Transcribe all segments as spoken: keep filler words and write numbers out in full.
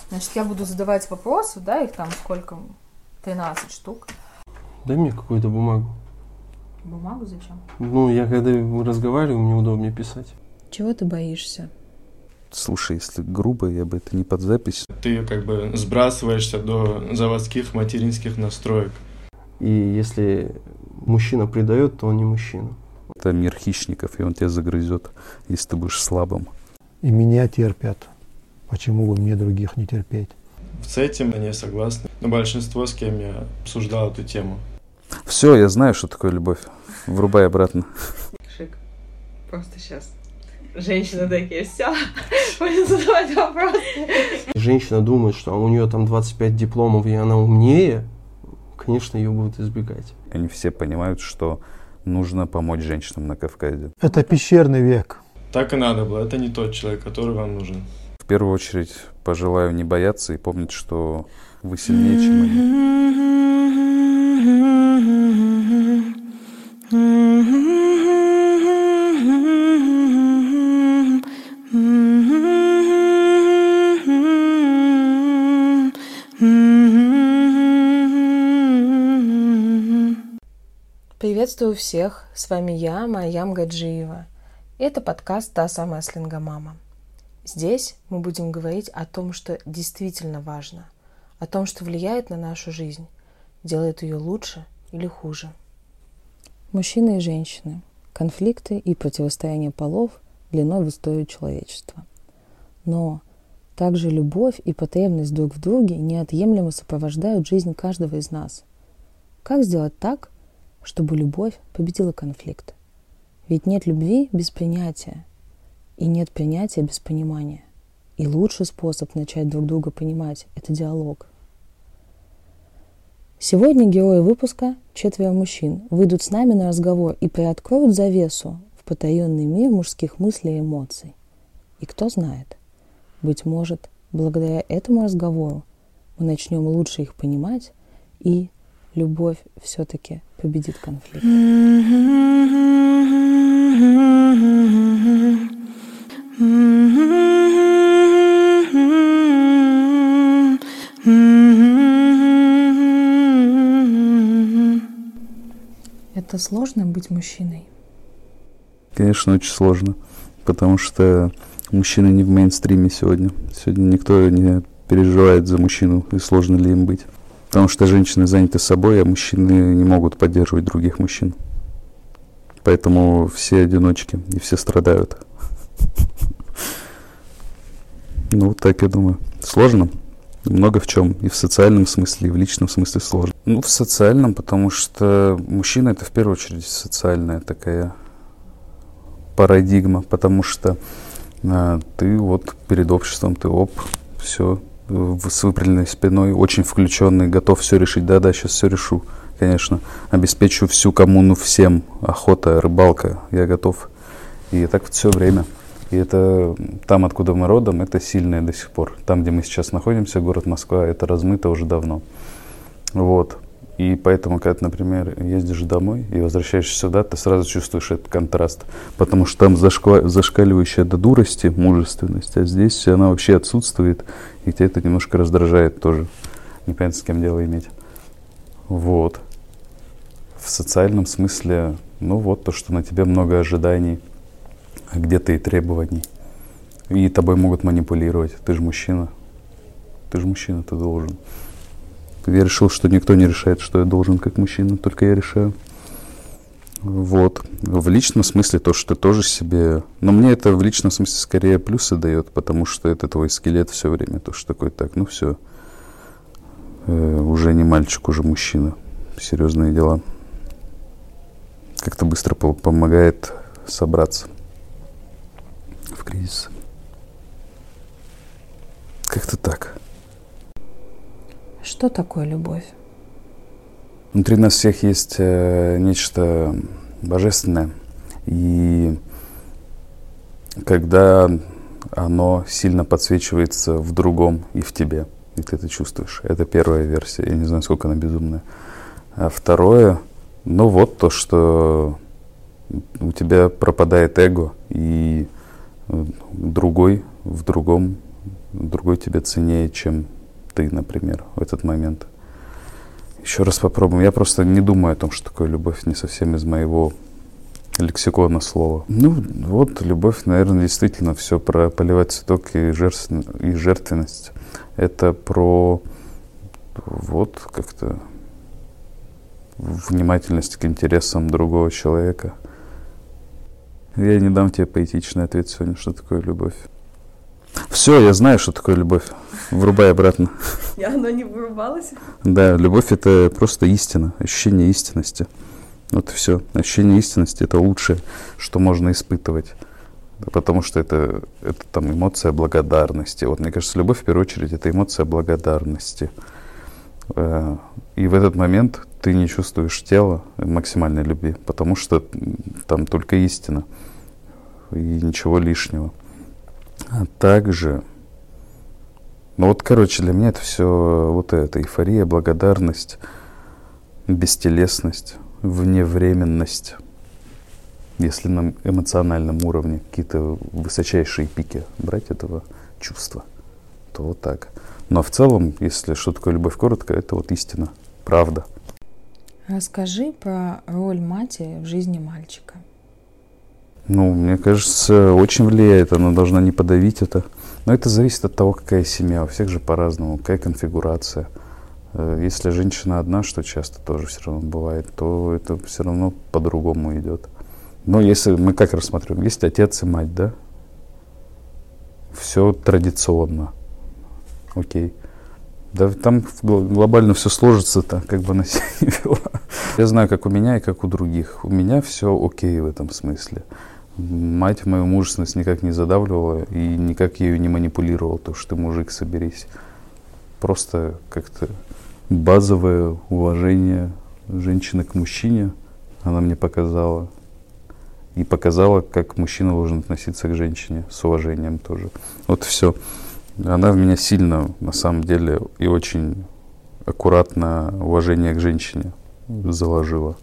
Значит, я буду задавать вопросы, да, их там сколько? тринадцать штук. Дай мне какую-то бумагу. Бумагу зачем? Ну, я когда разговариваю, мне удобнее писать. Чего ты боишься? Слушай, если грубо, я бы это не под запись. Ты как бы сбрасываешься до заводских материнских настроек. И если мужчина предает, то он не мужчина. Это мир хищников, и он тебя загрызет, если ты будешь слабым. И меня терпят. Почему бы мне других не терпеть? С этим они согласны. Но большинство, с кем я обсуждал эту тему. Все, я знаю, что такое любовь. Врубай обратно. Шик. Просто сейчас. Женщины такие, все, будем задавать вопросы. Женщина думает, что у нее там двадцать пять дипломов, и она умнее, конечно, ее будут избегать. Они все понимают, что нужно помочь женщинам на Кавказе. Это пещерный век. Так и надо было. Это не тот человек, который вам нужен. В первую очередь пожелаю не бояться и помнить, что вы сильнее, чем они. Приветствую всех, с вами я, Марьям Гаджиева. Это подкаст «Та самая слингомама». Здесь мы будем говорить о том, что действительно важно, о том, что влияет на нашу жизнь, делает ее лучше или хуже. Мужчины и женщины, конфликты и противостояние полов длиной в историю человечества. Но также любовь и потребность друг в друге неотъемлемо сопровождают жизнь каждого из нас. Как сделать так, чтобы любовь победила конфликт? Ведь нет любви без принятия, и нет принятия без понимания. И лучший способ начать друг друга понимать – это диалог. Сегодня герои выпуска, четверо мужчин, выйдут с нами на разговор и приоткроют завесу в потаенный мир мужских мыслей и эмоций. И кто знает, быть может, благодаря этому разговору мы начнем лучше их понимать, и любовь все-таки победит конфликт. Это сложно быть мужчиной? Конечно, очень сложно, потому что мужчины не в мейнстриме сегодня. Сегодня никто не переживает за мужчину, и сложно ли им быть. Потому что женщины заняты собой, а мужчины не могут поддерживать других мужчин. Поэтому все одиночки, и все страдают. Ну, вот так я думаю. Сложно. Много в чем. И в социальном смысле, и в личном смысле сложно. Ну, в социальном, потому что мужчина — это в первую очередь социальная такая парадигма. Потому что а, ты вот перед обществом, ты оп, все, с выпрямленной спиной, очень включенный, готов все решить. Да-да, сейчас все решу, конечно. Обеспечу всю коммуну всем. Охота, рыбалка, я готов. И так вот все время. И это там, откуда мы родом, это сильное до сих пор. Там, где мы сейчас находимся, город Москва, это размыто уже давно. Вот. И поэтому, когда ты, например, ездишь домой и возвращаешься сюда, ты сразу чувствуешь этот контраст. Потому что там зашква- зашкаливающая до дурости мужественность, а здесь она вообще отсутствует, и тебя это немножко раздражает тоже. Непонятно, с кем дело иметь. Вот. В социальном смысле, ну вот, то, что на тебя много ожиданий, а где-то и требований. И тобой могут манипулировать. Ты же мужчина. Ты же мужчина, ты должен. Я решил, что никто не решает, что я должен как мужчина, только я решаю. Вот. В личном смысле то, что ты тоже себе... Но мне это в личном смысле скорее плюсы дает, потому что это твой скелет все время. То, что такой, так, ну все. Э, уже не мальчик, уже мужчина. Серьезные дела. Как-то быстро по- помогает собраться в кризис. Как-то так. Что такое любовь? Внутри нас всех есть э, нечто божественное. И когда оно сильно подсвечивается в другом и в тебе, и ты это чувствуешь. Это первая версия. Я не знаю, сколько она безумная. А второе, ну вот то, что у тебя пропадает эго, и другой в другом другой тебе ценнее, чем ты, например, в этот момент. Еще раз попробуем. Я просто не думаю о том, что такое любовь, не совсем из моего лексикона слова. Ну, вот любовь, наверное, действительно все про поливать цветок и, жертв... и жертвенность. Это про вот как-то внимательность к интересам другого человека. Я не дам тебе поэтичный ответ сегодня, что такое любовь. Все, я знаю, что такое любовь. Врубай обратно. И оно не вырубалось? Да, любовь — это просто истина, ощущение истинности. Вот и все. Ощущение истинности — это лучшее, что можно испытывать. Потому что это, это там эмоция благодарности. Вот мне кажется, любовь в первую очередь — это эмоция благодарности. И в этот момент ты не чувствуешь тела максимальной любви, потому что там только истина и ничего лишнего. А также, ну вот, короче, для меня это все вот это эйфория, благодарность, бестелесность, вневременность. Если на эмоциональном уровне какие-то высочайшие пики брать этого чувства, то вот так. Но в целом, если что такое любовь коротко, это вот истина, правда. Расскажи про роль матери в жизни мальчика. Ну, мне кажется, очень влияет, она должна не подавить это. Но это зависит от того, какая семья, у всех же по-разному, какая конфигурация. Если женщина одна, что часто тоже все равно бывает, то это все равно по-другому идет. Но если мы как рассматриваем, есть отец и мать, да? Все традиционно. Окей. Да там глобально все сложится так, как бы она себя не вела. Я знаю, как у меня и как у других. У меня все окей в этом смысле. Мать мою мужественность никак не задавливала и никак ею не манипулировала, то что ты мужик, соберись. Просто как-то базовое уважение женщины к мужчине она мне показала. И показала, как мужчина должен относиться к женщине, с уважением тоже. Вот все. Она в меня сильно, на самом деле, и очень аккуратно уважение к женщине заложила.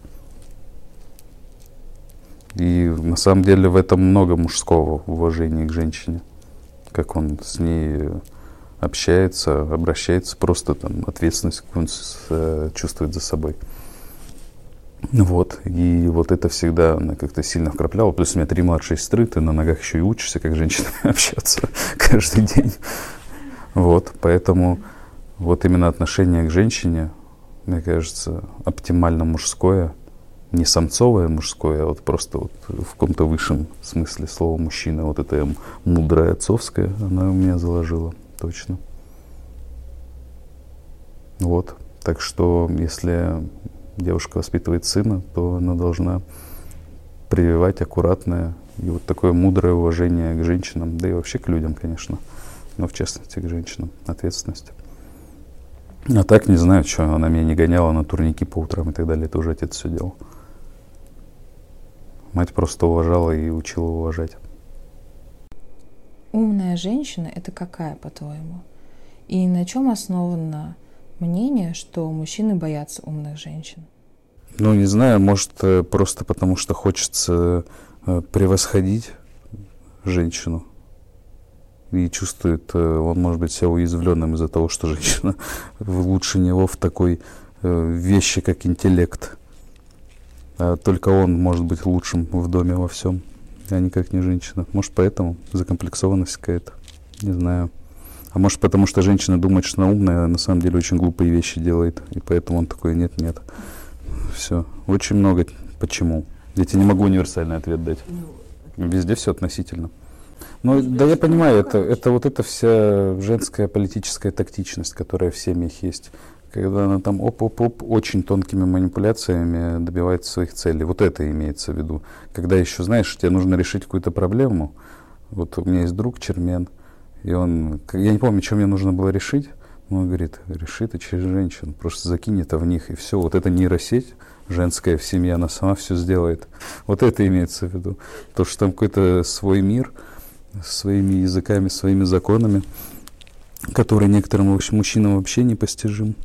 И на самом деле в этом много мужского уважения к женщине. Как он с ней общается, обращается, просто там ответственность какую-то чувствует за собой. Вот. И вот это всегда она как-то сильно вкрапляла. Плюс у меня три младшие сестры, ты на ногах еще и учишься, как женщинами общаться каждый день. Вот. Поэтому вот именно отношение к женщине, мне кажется, оптимально мужское, не самцовое мужское, а вот просто вот в каком-то высшем смысле слова мужчина. Вот это мудрая отцовская, она у меня заложила, точно. Вот. Так что, если девушка воспитывает сына, то она должна прививать аккуратное и вот такое мудрое уважение к женщинам, да и вообще к людям, конечно, но в частности к женщинам, ответственность. А так, не знаю, что она меня не гоняла на турники по утрам и так далее, это уже отец все делал. Мать просто уважала и учила уважать. Умная женщина — это какая, по-твоему? И на чем основано мнение, что мужчины боятся умных женщин? Ну, не знаю, может, просто потому, что хочется превосходить женщину. И чувствует, он может быть себя уязвленным из-за того, что женщина лучше него в такой вещи, как интеллект. А только он может быть лучшим в доме во всем, а никак не женщина. Может, поэтому закомплексованность какая-то, не знаю. А может, потому что женщина думает, что она умная, а на самом деле очень глупые вещи делает. И поэтому он такой, нет-нет. Все. Очень много почему. Я тебе не могу универсальный ответ дать. Везде все относительно. Ну, да я понимаю, это, это вот эта вся женская политическая тактичность, которая в семьях есть. Когда она там оп-оп-оп очень тонкими манипуляциями добивается своих целей. Вот это имеется в виду. Когда еще, знаешь, тебе нужно решить какую-то проблему. Вот у меня есть друг Чермен, и он, я не помню, что мне нужно было решить, но он говорит, реши это через женщин, просто закинь это в них, и все. Вот эта нейросеть женская в семье, она сама все сделает. Вот это имеется в виду. То, что там какой-то свой мир, своими языками, своими законами, который некоторым мужчинам вообще непостижим.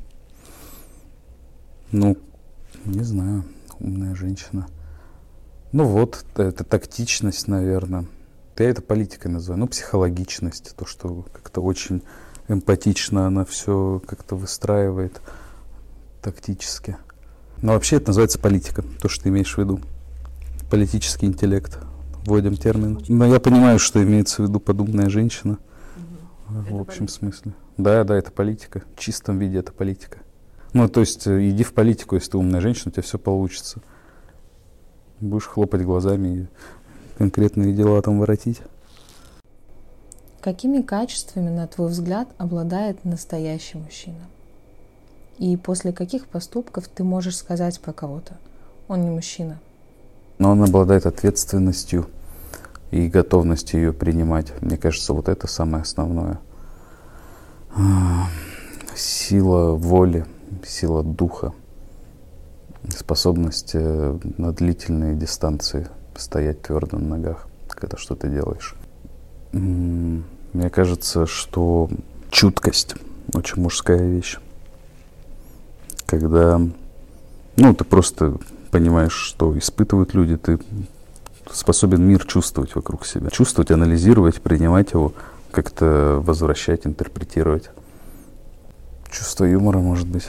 Ну, не знаю, умная женщина. Ну вот, это тактичность, наверное. Я это политикой называю. Ну, психологичность, то, что как-то очень эмпатично она все как-то выстраивает тактически. Но вообще это называется политика, то, что ты имеешь в виду. Политический интеллект. Вводим термин. Но я понимаю, что имеется в виду подумная женщина. Угу. В общем политика. Смысле. Да, да, это политика. В чистом виде это политика. Ну, то есть иди в политику, если ты умная женщина, у тебя все получится. Будешь хлопать глазами и конкретные дела там воротить. Какими качествами, на твой взгляд, обладает настоящий мужчина? И после каких поступков ты можешь сказать про кого-то: он не мужчина? Но он обладает ответственностью и готовностью ее принимать. Мне кажется, вот это самое основное. Сила воли, сила духа, способность на длительные дистанции стоять твердо на ногах, когда что-то делаешь. Мне кажется, что чуткость очень мужская вещь. Когда, ну, ты просто понимаешь, что испытывают люди, ты способен мир чувствовать вокруг себя. Чувствовать, анализировать, принимать его, как-то возвращать, интерпретировать. Чувство юмора, может быть.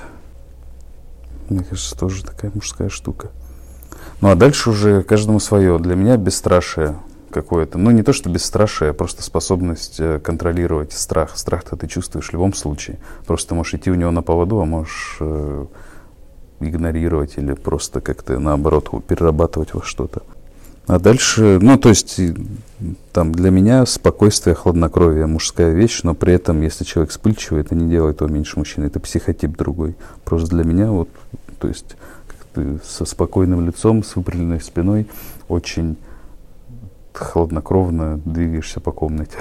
Мне кажется, тоже такая мужская штука. Ну, а дальше уже каждому свое. Для меня бесстрашие какое-то. Ну, не то, что бесстрашие, а просто способность контролировать страх. Страх-то ты чувствуешь в любом случае. Просто можешь идти у него на поводу, а можешь э, игнорировать или просто как-то, наоборот, перерабатывать во что-то. А дальше, ну, то есть, там, для меня спокойствие, хладнокровие — мужская вещь, но при этом, если человек вспыльчивый, это не делает его меньше мужчины, это психотип другой. Просто для меня, вот, то есть, как ты со спокойным лицом, с выпрямленной спиной, очень хладнокровно двигаешься по комнате.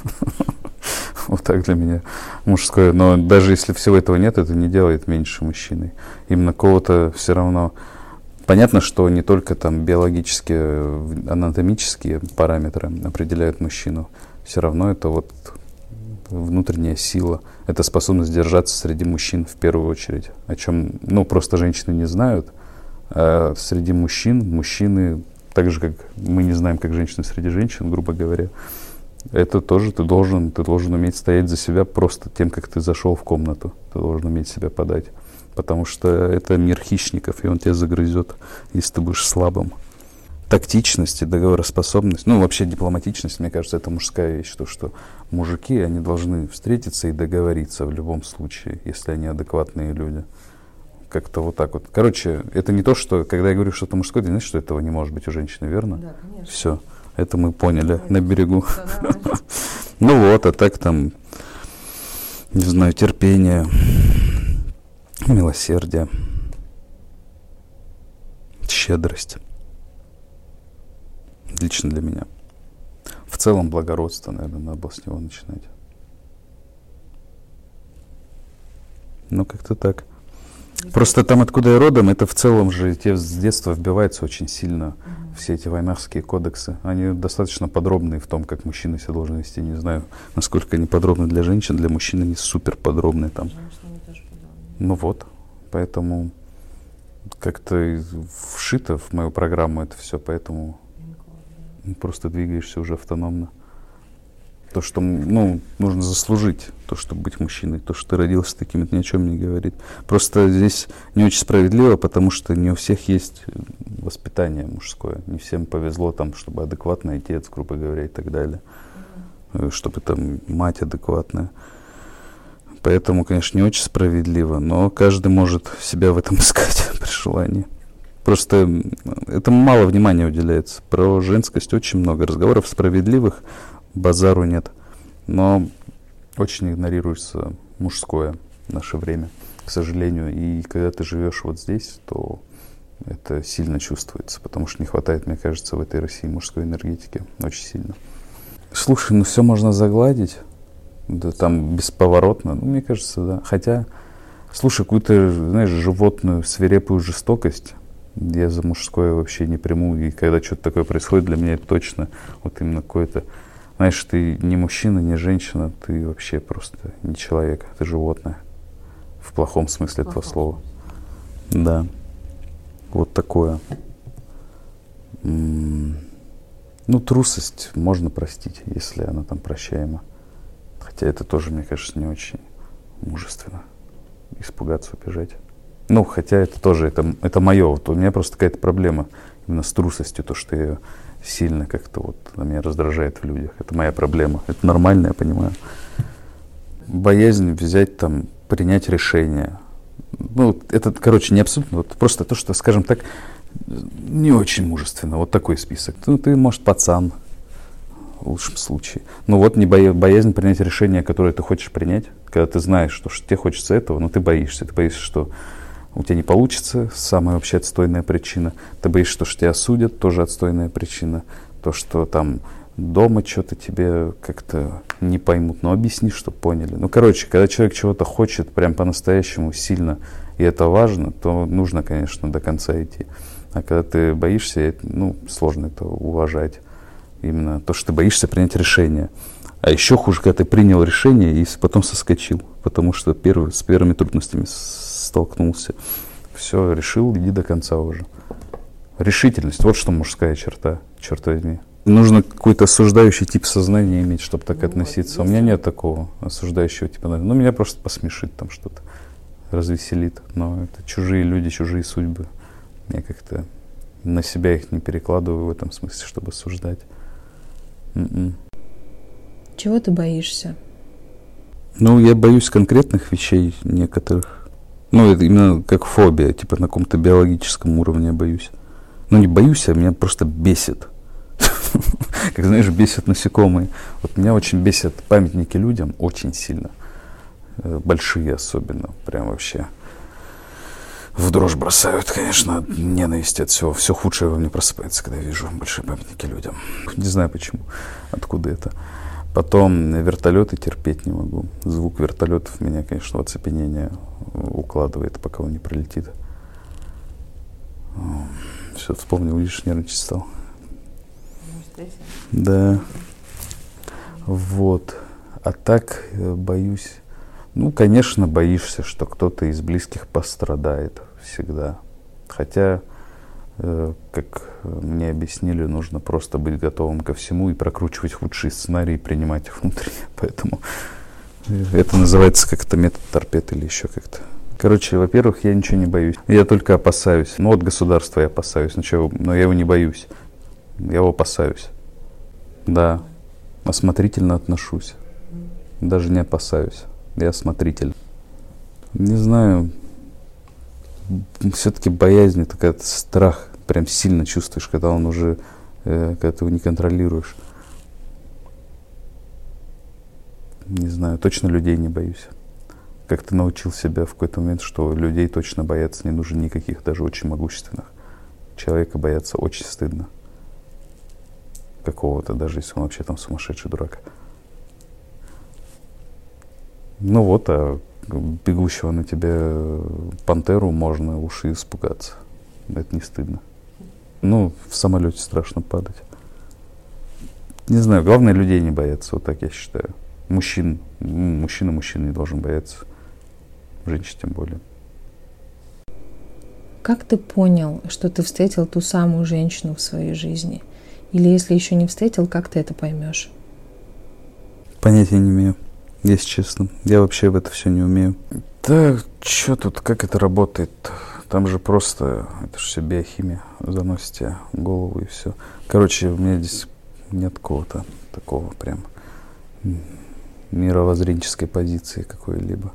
Вот так для меня мужское. Но даже если всего этого нет, это не делает меньше мужчиной. Именно кого-то все равно... Понятно, что не только там биологические, анатомические параметры определяют мужчину. Все равно это вот внутренняя сила. Это способность держаться среди мужчин в первую очередь. О чем, ну, просто женщины не знают. А среди мужчин, мужчины, так же, как мы не знаем, как женщины среди женщин, грубо говоря, это тоже ты должен, ты должен уметь стоять за себя просто тем, как ты зашел в комнату. Ты должен уметь себя подать. Потому что это мир хищников, и он тебя загрызет, если ты будешь слабым. Тактичность и договороспособность, ну, вообще дипломатичность, мне кажется, это мужская вещь. То, что мужики, они должны встретиться и договориться в любом случае, если они адекватные люди. Как-то вот так вот. Короче, это не то, что, когда я говорю, что это мужское, ты знаешь, что этого не может быть у женщины, верно? Да, конечно. Все, это мы поняли это на берегу. Ну вот, а так там, не знаю, терпение, милосердие, щедрость. Лично для меня. В целом благородство, наверное, надо было с него начинать. Ну, как-то так. Просто там, откуда я родом, это в целом же тебе с детства вбивается очень сильно. Mm-hmm. Все эти вайнахские кодексы. Они достаточно подробные в том, как мужчины себя должны вести. Не знаю, насколько они подробны для женщин. Для мужчин они супер подробные там. Ну вот, поэтому как-то вшито в мою программу это все, поэтому просто двигаешься уже автономно. То, что, ну, нужно заслужить, то, чтобы быть мужчиной, то, что ты родился таким, это ни о чем не говорит. Просто здесь не очень справедливо, потому что не у всех есть воспитание мужское, не всем повезло там, чтобы адекватный отец, грубо говоря, и так далее, mm-hmm. чтобы там мать адекватная. Поэтому, конечно, не очень справедливо, но каждый может себя в этом искать при желании. Просто этому мало внимания уделяется. Про женскость очень много разговоров справедливых, базару нет. Но очень игнорируется мужское в наше время, к сожалению. И когда ты живешь вот здесь, то это сильно чувствуется, потому что не хватает, мне кажется, в этой России мужской энергетики очень сильно. Слушай, ну все можно загладить. Да, там бесповоротно, ну, мне кажется, да. Хотя, слушай, какую-то, знаешь, животную, свирепую жестокость я за мужское вообще не приму. И когда что-то такое происходит, для меня это точно вот именно какое-то... Знаешь, ты не мужчина, не женщина, ты вообще просто не человек, ты животное. В плохом смысле этого слова. Да. Вот такое. М-м- Ну, трусость можно простить, если она там прощаема. Хотя это тоже, мне кажется, не очень мужественно. Испугаться, убежать. Ну, хотя это тоже, это, это мое. Вот у меня просто какая-то проблема именно с трусостью, то, что я сильно как-то вот на меня раздражает в людях. Это моя проблема. Это нормально, я понимаю. Боязнь взять там, принять решение. Ну, это, короче, не абсолютно, вот просто то, что, скажем так, не очень мужественно. Вот такой список. Ну, ты, может, пацан, в лучшем случае. Но вот не боя... боязнь принять решение, которое ты хочешь принять, когда ты знаешь, что, что тебе хочется этого, но ты боишься. Ты боишься, что у тебя не получится, самая вообще отстойная причина. Ты боишься, что тебя осудят, тоже отстойная причина. То, что там дома что-то тебе как-то не поймут, но объясни, чтобы поняли. Ну, короче, когда человек чего-то хочет прям по-настоящему сильно, и это важно, то нужно, конечно, до конца идти. А когда ты боишься, ну, сложно это уважать. Именно то, что ты боишься принять решение. А еще хуже, когда ты принял решение и потом соскочил, потому что первый, с первыми трудностями столкнулся. Все, решил, иди до конца уже. Решительность, вот что мужская черта, черт возьми. Нужно какой-то осуждающий тип сознания иметь, чтобы так ну, относиться. У меня нет такого осуждающего типа. Ну, меня просто посмешит там что-то, развеселит. Но это чужие люди, чужие судьбы. Я как-то на себя их не перекладываю в этом смысле, чтобы осуждать. Mm-mm. Чего ты боишься? Ну, я боюсь конкретных вещей некоторых. Ну, это именно как фобия, типа на каком-то биологическом уровне я боюсь. Ну, не боюсь, а меня просто бесит. Как, знаешь, бесят насекомые. Вот меня очень бесят памятники людям, очень сильно. Большие особенно, прям вообще. В дрожь бросают, конечно, от ненависти, от всего. Все худшее во мне просыпается, когда я вижу большие памятники людям. Не знаю почему, откуда это. Потом вертолеты терпеть не могу. Звук вертолетов меня, конечно, в оцепенение укладывает, пока он не прилетит. Все, вспомнил, видишь, нервничать стал. Да. Вот. А так боюсь. Ну, конечно, боишься, что кто-то из близких пострадает всегда. Хотя, э, как мне объяснили, нужно просто быть готовым ко всему и прокручивать худшие сценарии, принимать их внутри. Поэтому это называется как-то метод торпед или еще как-то. Короче, во-первых, я ничего не боюсь. Я только опасаюсь. Ну, от государства я опасаюсь, но, но я его не боюсь. Я его опасаюсь. Да. Осмотрительно отношусь. Даже не опасаюсь. Я осмотритель. Не знаю. Все-таки боязнь, это когда страх прям сильно чувствуешь, когда он уже, э, когда ты его не контролируешь. Не знаю, точно людей не боюсь. Как-то научил себя в какой-то момент, что людей точно бояться не нужно никаких, даже очень могущественных. Человека бояться очень стыдно. Какого-то, даже если он вообще там сумасшедший дурак. Ну вот, а бегущего на тебя пантеру можно уши испугаться. Это не стыдно. Ну, в самолете страшно падать. Не знаю, главное людей не бояться, вот так я считаю. Мужчин, мужчина мужчин не должен бояться. Женщин тем более. Как ты понял, что ты встретил ту самую женщину в своей жизни? Или если еще не встретил, как ты это поймешь? Понятия не имею, если честно. Я вообще в это все не умею. Да, что тут, как это работает? Там же просто, это же все биохимия, заносите голову и все. Короче, у меня здесь нет какого-то такого прям мировоззренческой позиции какой-либо.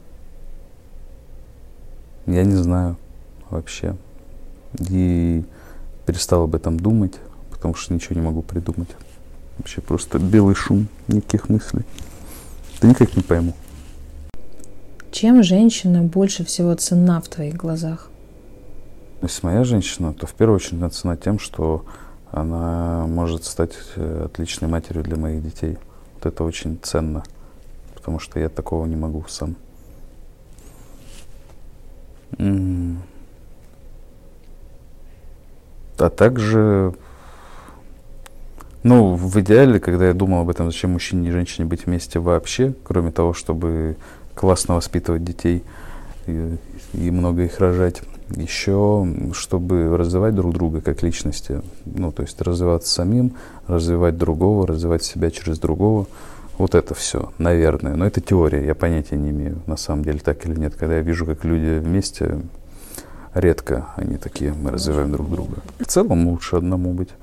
Я не знаю вообще. И перестал об этом думать, потому что ничего не могу придумать. Вообще просто белый шум, никаких мыслей. Да никак не пойму. Чем женщина больше всего ценна в твоих глазах? Если моя женщина, то в первую очередь она ценна тем, что она может стать отличной матерью для моих детей. Вот это очень ценно, потому что я такого не могу сам. А также, ну, в идеале, когда я думал об этом, зачем мужчине и женщине быть вместе вообще, кроме того, чтобы классно воспитывать детей и, и много их рожать, Еще, чтобы развивать друг друга как личности, ну, то есть развиваться самим, развивать другого, развивать себя через другого. Вот это все, наверное. Но это теория, я понятия не имею, на самом деле, так или нет. Когда я вижу, как люди вместе, редко они такие, мы развиваем друг друга. В целом лучше одному быть.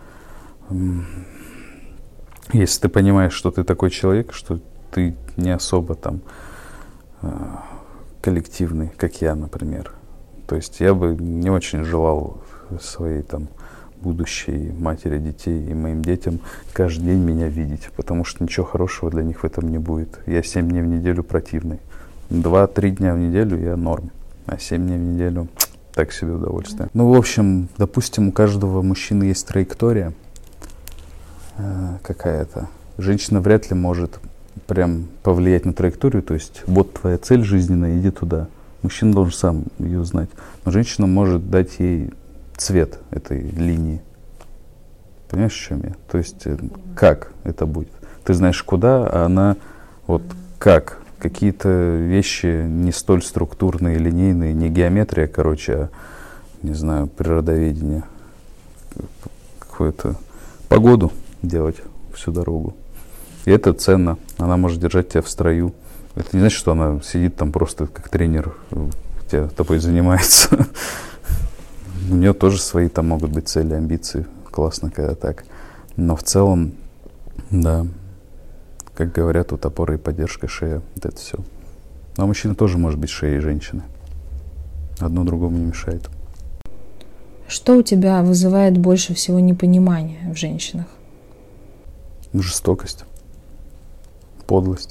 Если ты понимаешь, что ты такой человек, что ты не особо там коллективный, как я, например. То есть я бы не очень желал своей там будущей матери детей и моим детям каждый день меня видеть, потому что ничего хорошего для них в этом не будет. Я семь дней в неделю противный. Два-три дня в неделю я норм, а семь дней в неделю так себе удовольствие. Ну, в общем, допустим, у каждого мужчины есть траектория э, какая-то. Женщина вряд ли может прям повлиять на траекторию, то есть вот твоя цель жизненная, иди туда. Мужчина должен сам ее знать. Но женщина может дать ей цвет этой линии. Понимаешь, о чем я? То есть как это будет? Ты знаешь куда, а она вот как? Какие-то вещи не столь структурные, линейные, не геометрия, короче, а, не знаю, природоведение. Какую-то погоду делать всю дорогу. И это ценно. Она может держать тебя в строю. Это не значит, что она сидит там просто как тренер, тебя тобой занимается. У нее тоже свои там могут быть цели, амбиции. Классно, когда так. Но в целом, да, как говорят, вот опора и поддержка, шея, вот это все. Но мужчина тоже может быть шеей женщины. Одно другому не мешает. Что у тебя вызывает больше всего непонимания в женщинах? Жестокость. Подлость.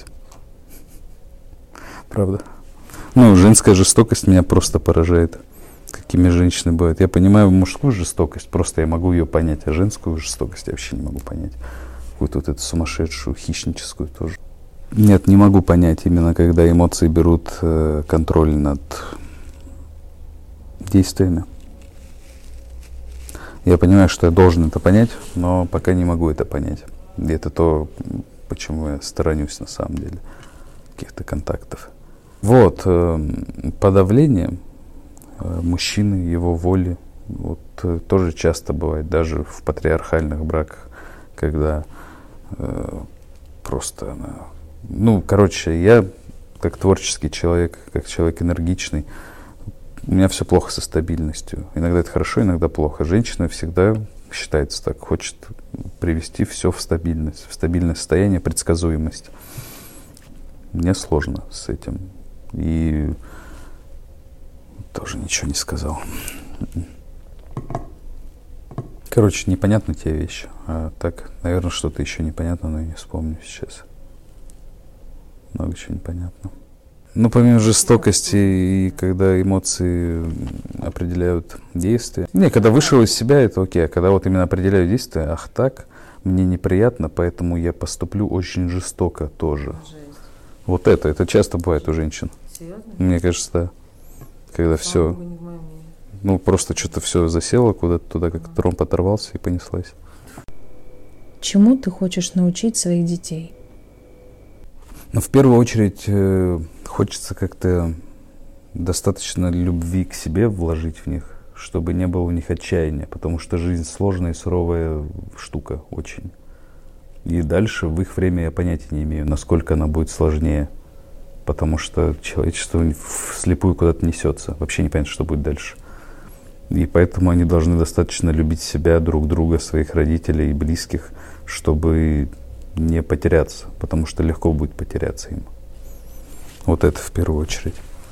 Правда. Ну, женская жестокость меня просто поражает. Какими женщины бывают. Я понимаю мужскую жестокость, просто я могу ее понять, а женскую жестокость я вообще не могу понять. Какую-то вот эту сумасшедшую, хищническую тоже. Нет, не могу понять, именно когда эмоции берут э, контроль над действиями. Я понимаю, что я должен это понять, но пока не могу это понять. И это то, почему я сторонюсь на самом деле каких-то контактов. Вот, э, подавление э, мужчины, его воли, вот э, тоже часто бывает, даже в патриархальных браках, когда э, просто, она, ну, короче, я как творческий человек, как человек энергичный, у меня все плохо со стабильностью. Иногда это хорошо, иногда плохо. Женщина всегда считается так, хочет привести все в стабильность, в стабильное состояние, предсказуемость. Мне сложно с этим. И тоже ничего не сказал. Короче, непонятны те вещи. А так, наверное, что-то еще непонятно, но я не вспомню сейчас. Много чего непонятно. Ну, помимо жестокости и когда эмоции определяют действия. Не, когда вышел из себя, это окей. А когда вот именно определяю действия, ах так, мне неприятно, поэтому я поступлю очень жестоко тоже. Жесть. Вот это, это часто бывает у женщин. Серьезно? Мне кажется, да. Когда все, ну, просто что-то все засело куда-то туда, как тромб оторвался и понеслась. Чему ты хочешь научить своих детей? Ну, в первую очередь, э, хочется как-то достаточно любви к себе вложить в них, чтобы не было у них отчаяния, потому что жизнь сложная и суровая штука очень. И дальше в их время я понятия не имею, насколько она будет сложнее, потому что человечество вслепую куда-то несется, вообще не понятно, что будет дальше. И поэтому они должны достаточно любить себя, друг друга, своих родителей и близких, чтобы не потеряться, потому что легко будет потеряться им. Вот это в первую очередь.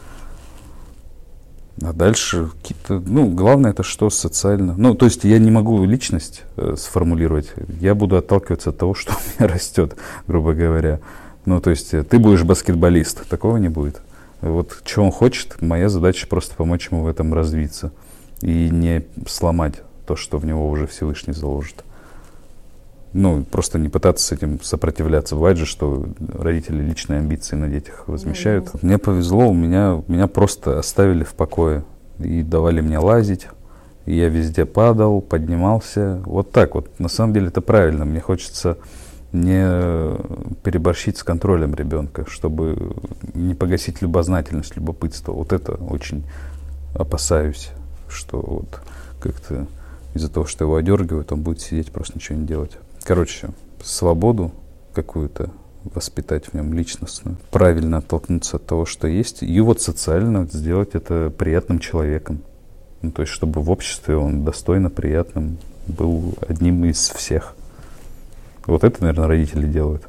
А дальше какие-то, ну, главное это что социально. Ну, то есть я не могу личность э, сформулировать, я буду отталкиваться от того, что у меня растет, грубо говоря. Ну, то есть ты будешь баскетболист, такого не будет. Вот что он хочет, моя задача просто помочь ему в этом развиться и не сломать то, что в него уже Всевышний заложит. Ну, просто не пытаться с этим сопротивляться. Бывает же, что родители личные амбиции на детях возмещают. Mm-hmm. Мне повезло, у меня, меня просто оставили в покое и давали мне лазить. И я везде падал, поднимался. Вот так вот. На самом деле это правильно. Мне хочется не переборщить с контролем ребенка, чтобы не погасить любознательность, любопытство. Вот это очень опасаюсь что вот как-то из-за того, что его одергивают, он будет сидеть, просто ничего не делать. Короче, свободу какую-то воспитать в нем личностную, правильно оттолкнуться от того, что есть, и вот социально сделать это приятным человеком. Ну, то есть, чтобы в обществе он достойно приятным был одним из всех. Вот это, наверное, родители делают.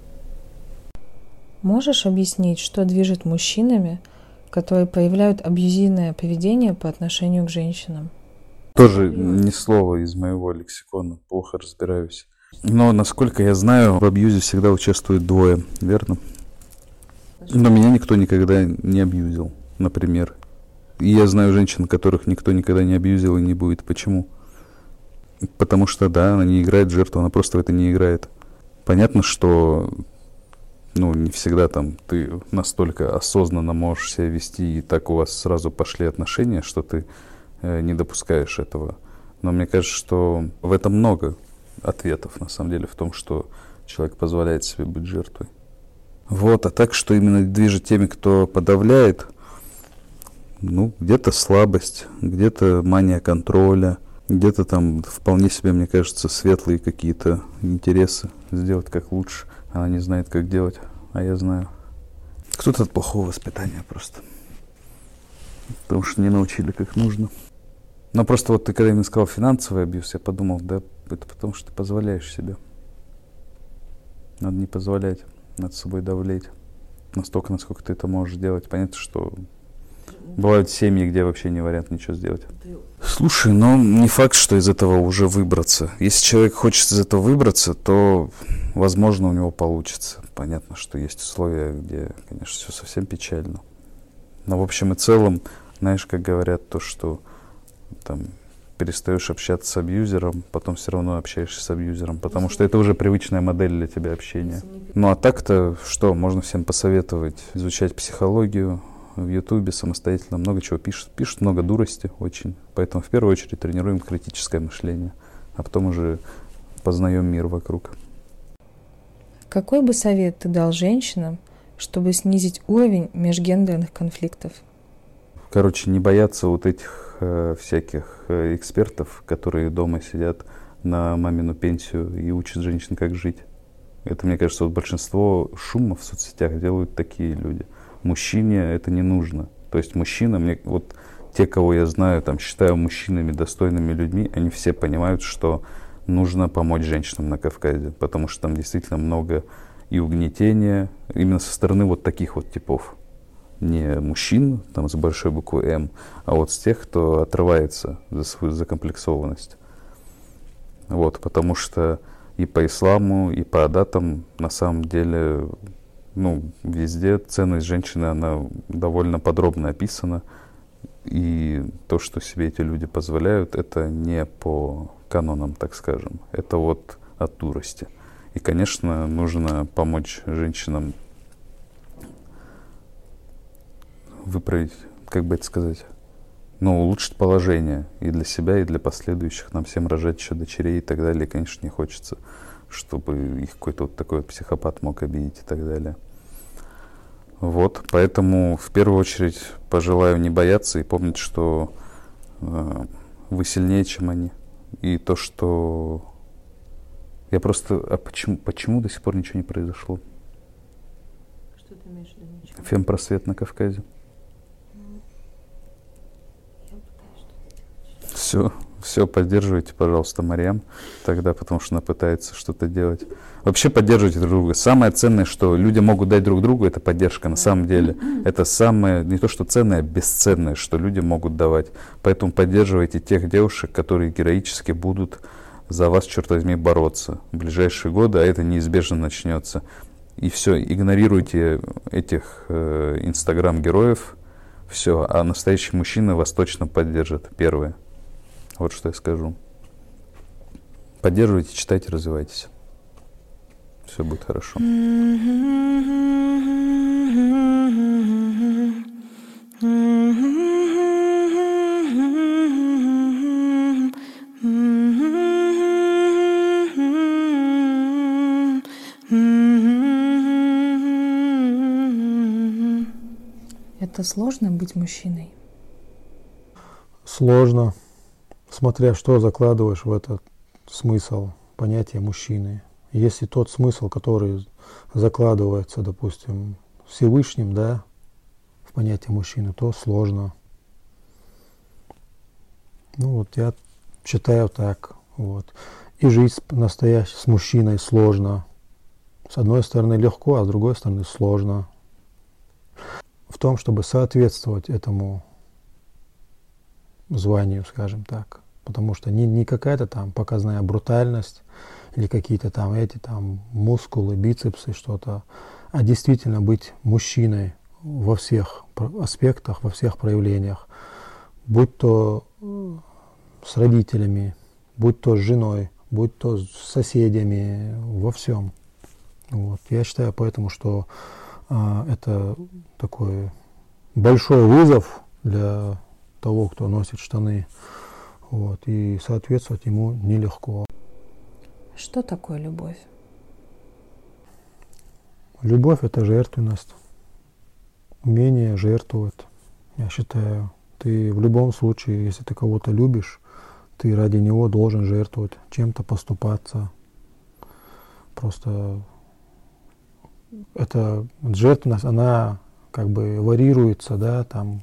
Можешь объяснить, что движет мужчинами, которые проявляют абьюзивное поведение по отношению к женщинам? Тоже ни слова из моего лексикона, плохо разбираюсь. Но, насколько я знаю, в абьюзе всегда участвуют двое, верно? Но меня никто никогда не абьюзил, например. И я знаю женщин, которых никто никогда не абьюзил и не будет. Почему? Потому что, да, она не играет жертву, она просто в это не играет. Понятно, что ну, не всегда там ты настолько осознанно можешь себя вести, и так у вас сразу пошли отношения, что ты э, не допускаешь этого. Но мне кажется, что в этом много ответов, на самом деле, в том, что человек позволяет себе быть жертвой. Вот, а так, что именно движет теми, кто подавляет, ну, где-то слабость, где-то мания контроля, где-то там вполне себе, мне кажется, светлые какие-то интересы сделать как лучше. Она не знает, как делать, а я знаю. Кто-то от плохого воспитания просто. Потому что не научили, как нужно. Но просто вот ты когда мне сказал финансовый абьюз, я подумал, да, это потому что ты позволяешь себе. Надо не позволять, над собой давлеть. Настолько, насколько ты это можешь делать. Понятно, что бывают семьи, где вообще не вариант ничего сделать. Слушай, ну не факт, что из этого уже выбраться. Если человек хочет из этого выбраться, то, возможно, у него получится. Понятно, что есть условия, где, конечно, все совсем печально. Но в общем и целом, знаешь, как говорят, то, что там перестаешь общаться с абьюзером, потом все равно общаешься с абьюзером, потому что это уже привычная модель для тебя общения. Ну а так-то что, можно всем посоветовать изучать психологию в Ютубе самостоятельно, много чего пишут. Пишут много дурости очень, поэтому в первую очередь тренируем критическое мышление, а потом уже познаем мир вокруг. Какой бы совет ты дал женщинам, чтобы снизить уровень межгендерных конфликтов? Короче, не бояться вот этих э, всяких э, экспертов, которые дома сидят на мамину пенсию и учат женщин, как жить. Это, мне кажется, вот большинство шума в соцсетях делают такие люди. Мужчине это не нужно. То есть мужчина, мне, вот те, кого я знаю, там, считаю мужчинами, достойными людьми, они все понимают, что нужно помочь женщинам на Кавказе, потому что там действительно много и угнетения именно со стороны вот таких вот типов. Не мужчин там с большой буквы М, а вот с тех, кто отрывается за свою закомплексованность. Вот, потому что и по исламу, и по адатам на самом деле, ну, везде ценность женщины, она довольно подробно описана. И то, что себе эти люди позволяют, это не по канонам, так скажем. Это вот от дурости. И, конечно, нужно помочь женщинам выправить, как бы это сказать, ну, улучшить положение и для себя, и для последующих, нам всем рожать еще дочерей и так далее. И, конечно, не хочется, чтобы их какой-то вот такой вот психопат мог обидеть и так далее. Вот, поэтому в первую очередь пожелаю не бояться и помнить, что э, вы сильнее, чем они. И то, что... Я просто... А почему, почему до сих пор ничего не произошло? Что ты имеешь в виду? Ничего? Фемпросвет на Кавказе. Все, все, поддерживайте, пожалуйста, Марьям тогда, потому что она пытается что-то делать. Вообще поддерживайте друг друга. Самое ценное, что люди могут дать друг другу, это поддержка на самом деле. Это самое, не то что ценное, а бесценное, что люди могут давать. Поэтому поддерживайте тех девушек, которые героически будут за вас, черт возьми, бороться в ближайшие годы, а это неизбежно начнется. И все, игнорируйте этих э, инстаграм-героев, все, а настоящий мужчина вас точно поддержит, первое. Вот что я скажу. Поддерживайте, читайте, развивайтесь. Все будет хорошо. Это сложно быть мужчиной? Сложно. смотря что закладываешь в этот смысл понятия мужчины. Если тот смысл, который закладывается, допустим, Всевышним, да, в понятие мужчины, то сложно. Ну вот я считаю так. Вот. И жизнь настоящая с мужчиной сложно. С одной стороны легко, а с другой стороны сложно. В том, чтобы соответствовать этому званию, скажем так. Потому что не, не какая-то там показная брутальность или какие-то там эти там мускулы, бицепсы, что-то, а действительно быть мужчиной во всех аспектах, во всех проявлениях. Будь то с родителями, будь то с женой, будь то с соседями, во всем. Вот. Я считаю поэтому, что а, это такой большой вызов для того, кто носит штаны. Вот. И соответствовать ему нелегко. Что такое любовь? Любовь – это жертвенность, умение жертвовать. Я считаю, ты в любом случае, если ты кого-то любишь, ты ради него должен жертвовать, чем-то поступаться. Просто эта жертвенность, она как бы варьируется, да, там,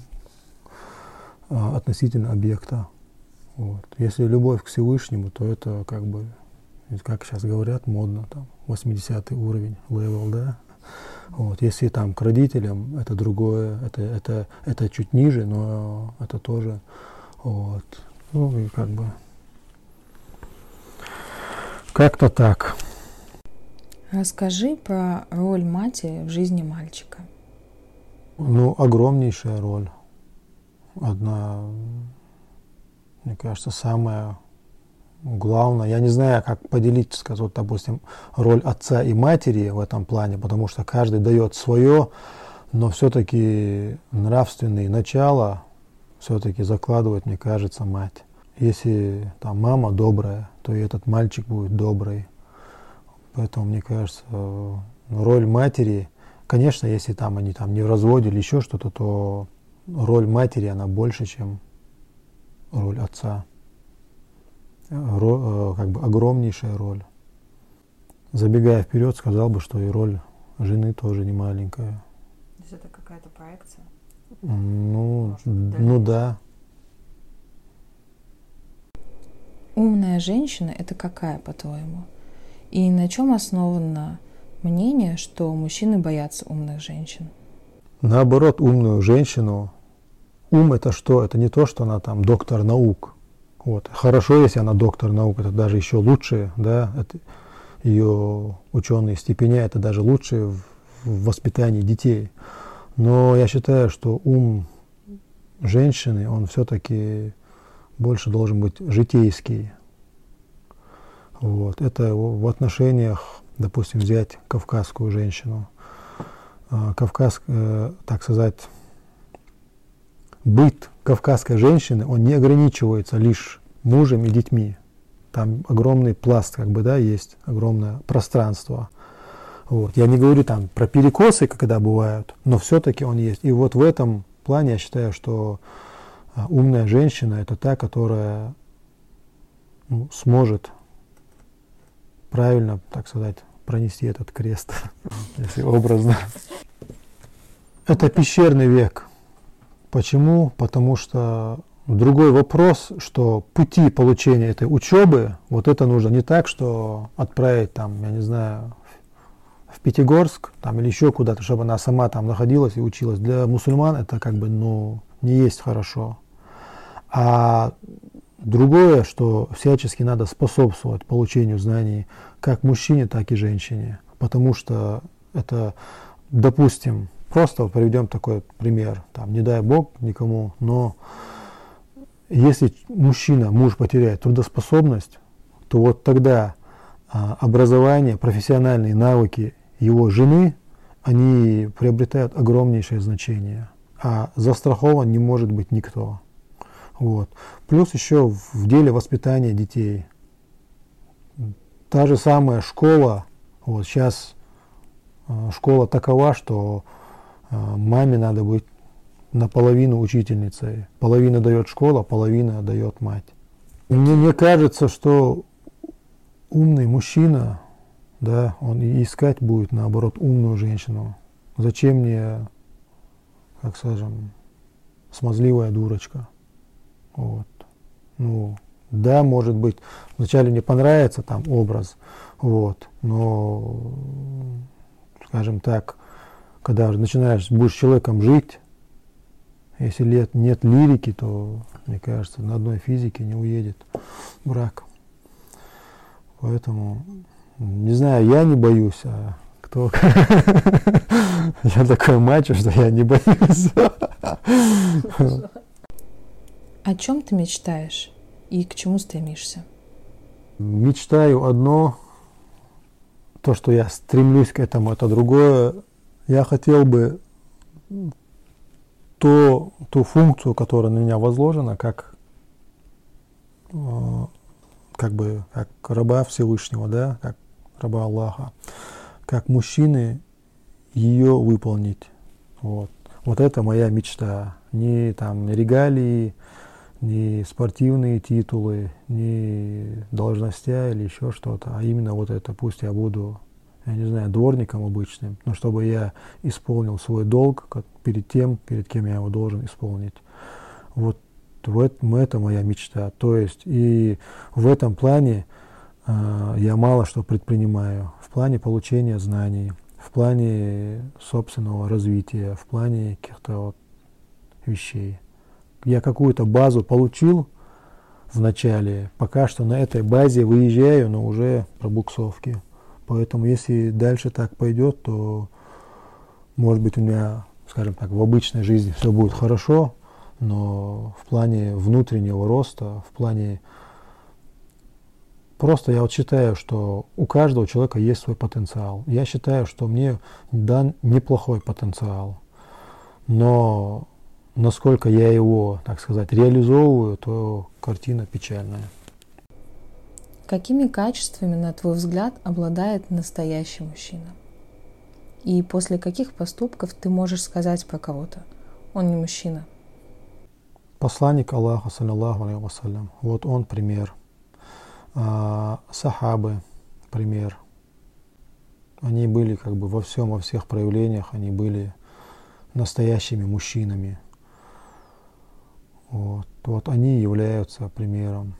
относительно объекта. Вот. Если любовь к Всевышнему, то это как бы, как сейчас говорят, модно, там, восьмидесятый уровень, левел, да. Вот. Если там к родителям, это другое, это, это, это чуть ниже, но это тоже, вот. Ну и как бы как-то так. Расскажи про роль матери в жизни мальчика. Ну, огромнейшая роль. Одна, мне кажется, самая главное, я не знаю, как поделить, сказать, допустим, роль отца и матери в этом плане, потому что каждый дает свое, но все-таки нравственные начала все-таки закладывает, мне кажется, мать. Если там мама добрая, то и этот мальчик будет добрый. Поэтому, мне кажется, роль матери, конечно, если там они там не в разводе или еще что-то, то роль матери, она больше, чем роль отца. Ро, как бы огромнейшая роль. Забегая вперед, сказал бы, что и роль жены тоже не маленькая. То есть это какая-то проекция? Ну, ну да. Умная женщина – это какая, по-твоему? И на чем основано мнение, что мужчины боятся умных женщин? Наоборот, умную женщину. Ум – это что? Это не то, что она там доктор наук. Вот. Хорошо, если она доктор наук, это даже еще лучше, да, это ее ученые степеня, это даже лучше в, в воспитании детей. Но я считаю, что ум женщины, он все-таки больше должен быть житейский. Вот. Это в отношениях, допустим, взять кавказскую женщину. Кавказ, так сказать, быт кавказской женщины, он не ограничивается лишь мужем и детьми. Там огромный пласт, как бы, да, есть, огромное пространство. Вот. Я не говорю там про перекосы, когда бывают, но все-таки он есть. И вот в этом плане я считаю, что умная женщина – это та, которая, ну, сможет правильно, так сказать, пронести этот крест, если образно. Это пещерный век. Почему? Потому что другой вопрос, что пути получения этой учебы, вот это нужно не так, что отправить там, я не знаю, в Пятигорск там, или еще куда-то, чтобы она сама там находилась и училась. Для мусульман это как бы, ну, не есть хорошо. А другое, что всячески надо способствовать получению знаний как мужчине, так и женщине. Потому что это, допустим, просто приведем такой пример, там, не дай бог никому, но если мужчина, муж потеряет трудоспособность, то вот тогда а, образование, профессиональные навыки его жены, они приобретают огромнейшее значение. А застрахован не может быть никто. Вот. Плюс еще в деле воспитания детей. Та же самая школа, вот сейчас а, школа такова, что а, маме надо быть наполовину учительницей. Половина дает школа, половина дает мать. Мне не кажется, что умный мужчина, да, он и искать будет, наоборот, умную женщину. Зачем мне, как скажем, смазливая дурочка? Вот. Ну, да, может быть, вначале мне понравится там образ, вот, но, скажем так, когда начинаешь, будешь человеком жить, если лет нет лирики, то, мне кажется, на одной физике не уедет брак. Поэтому, не знаю, я не боюсь, а кто... Я такой мачо, что я не боюсь. О чем ты мечтаешь и к чему стремишься? Мечтаю одно, то, что я стремлюсь к этому, это другое. Я хотел бы то, ту функцию, которая на меня возложена, как, как бы, как раба Всевышнего, да, как раба Аллаха, как мужчины ее выполнить. Вот. Вот это моя мечта. Не там регалии, не спортивные титулы, не должностя или еще что-то, а именно вот это. Пусть я буду, я не знаю, дворником обычным, но чтобы я исполнил свой долг как перед тем, перед кем я его должен исполнить. Вот в этом, это моя мечта. То есть и в этом плане э, я мало что предпринимаю. В плане получения знаний, в плане собственного развития, в плане каких-то вот вещей. Я какую-то базу получил в начале, пока что на этой базе выезжаю, но уже пробуксовки. Поэтому если дальше так пойдет, то, может быть, у меня, скажем так, в обычной жизни все будет хорошо, но в плане внутреннего роста, в плане... Просто я вот считаю, что у каждого человека есть свой потенциал. Я считаю, что мне дан неплохой потенциал, но насколько я его, так сказать, реализовываю, то картина печальная. Какими качествами, на твой взгляд, обладает настоящий мужчина? И после каких поступков ты можешь сказать про кого-то: он не мужчина? Посланник Аллаха, саллаллаху алейхи вассалям, вот он пример. А, сахабы, пример. Они были как бы во всем, во всех проявлениях, они были настоящими мужчинами. Вот, вот они являются примером.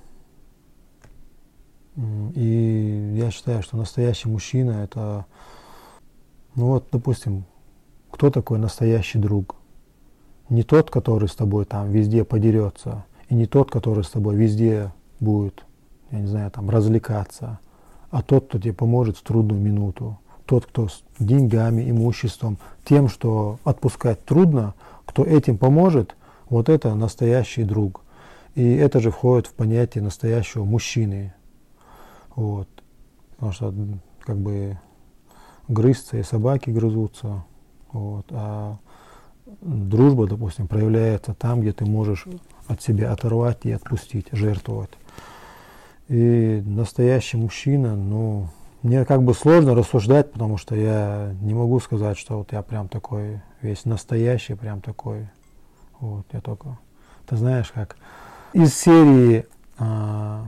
И я считаю, что настоящий мужчина — это, ну вот, допустим, кто такой настоящий друг? Не тот, который с тобой там везде подерется, и не тот, который с тобой везде будет, я не знаю, там развлекаться, а тот, кто тебе поможет в трудную минуту. Тот, кто с деньгами, имуществом, тем, что отпускать трудно, кто этим поможет, вот это настоящий друг. И это же входит в понятие настоящего мужчины. Вот. Потому что как бы грызться и собаки грызутся. Вот. А дружба, допустим, проявляется там, где ты можешь от себя оторвать и отпустить, жертвовать. И настоящий мужчина, ну, мне как бы сложно рассуждать, потому что я не могу сказать, что вот я прям такой весь настоящий, прям такой. Вот, я только, ты знаешь, как из серии а,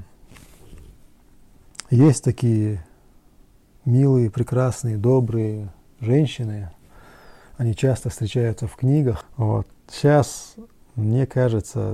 есть такие милые, прекрасные, добрые женщины, они часто встречаются в книгах. Вот. Сейчас, мне кажется,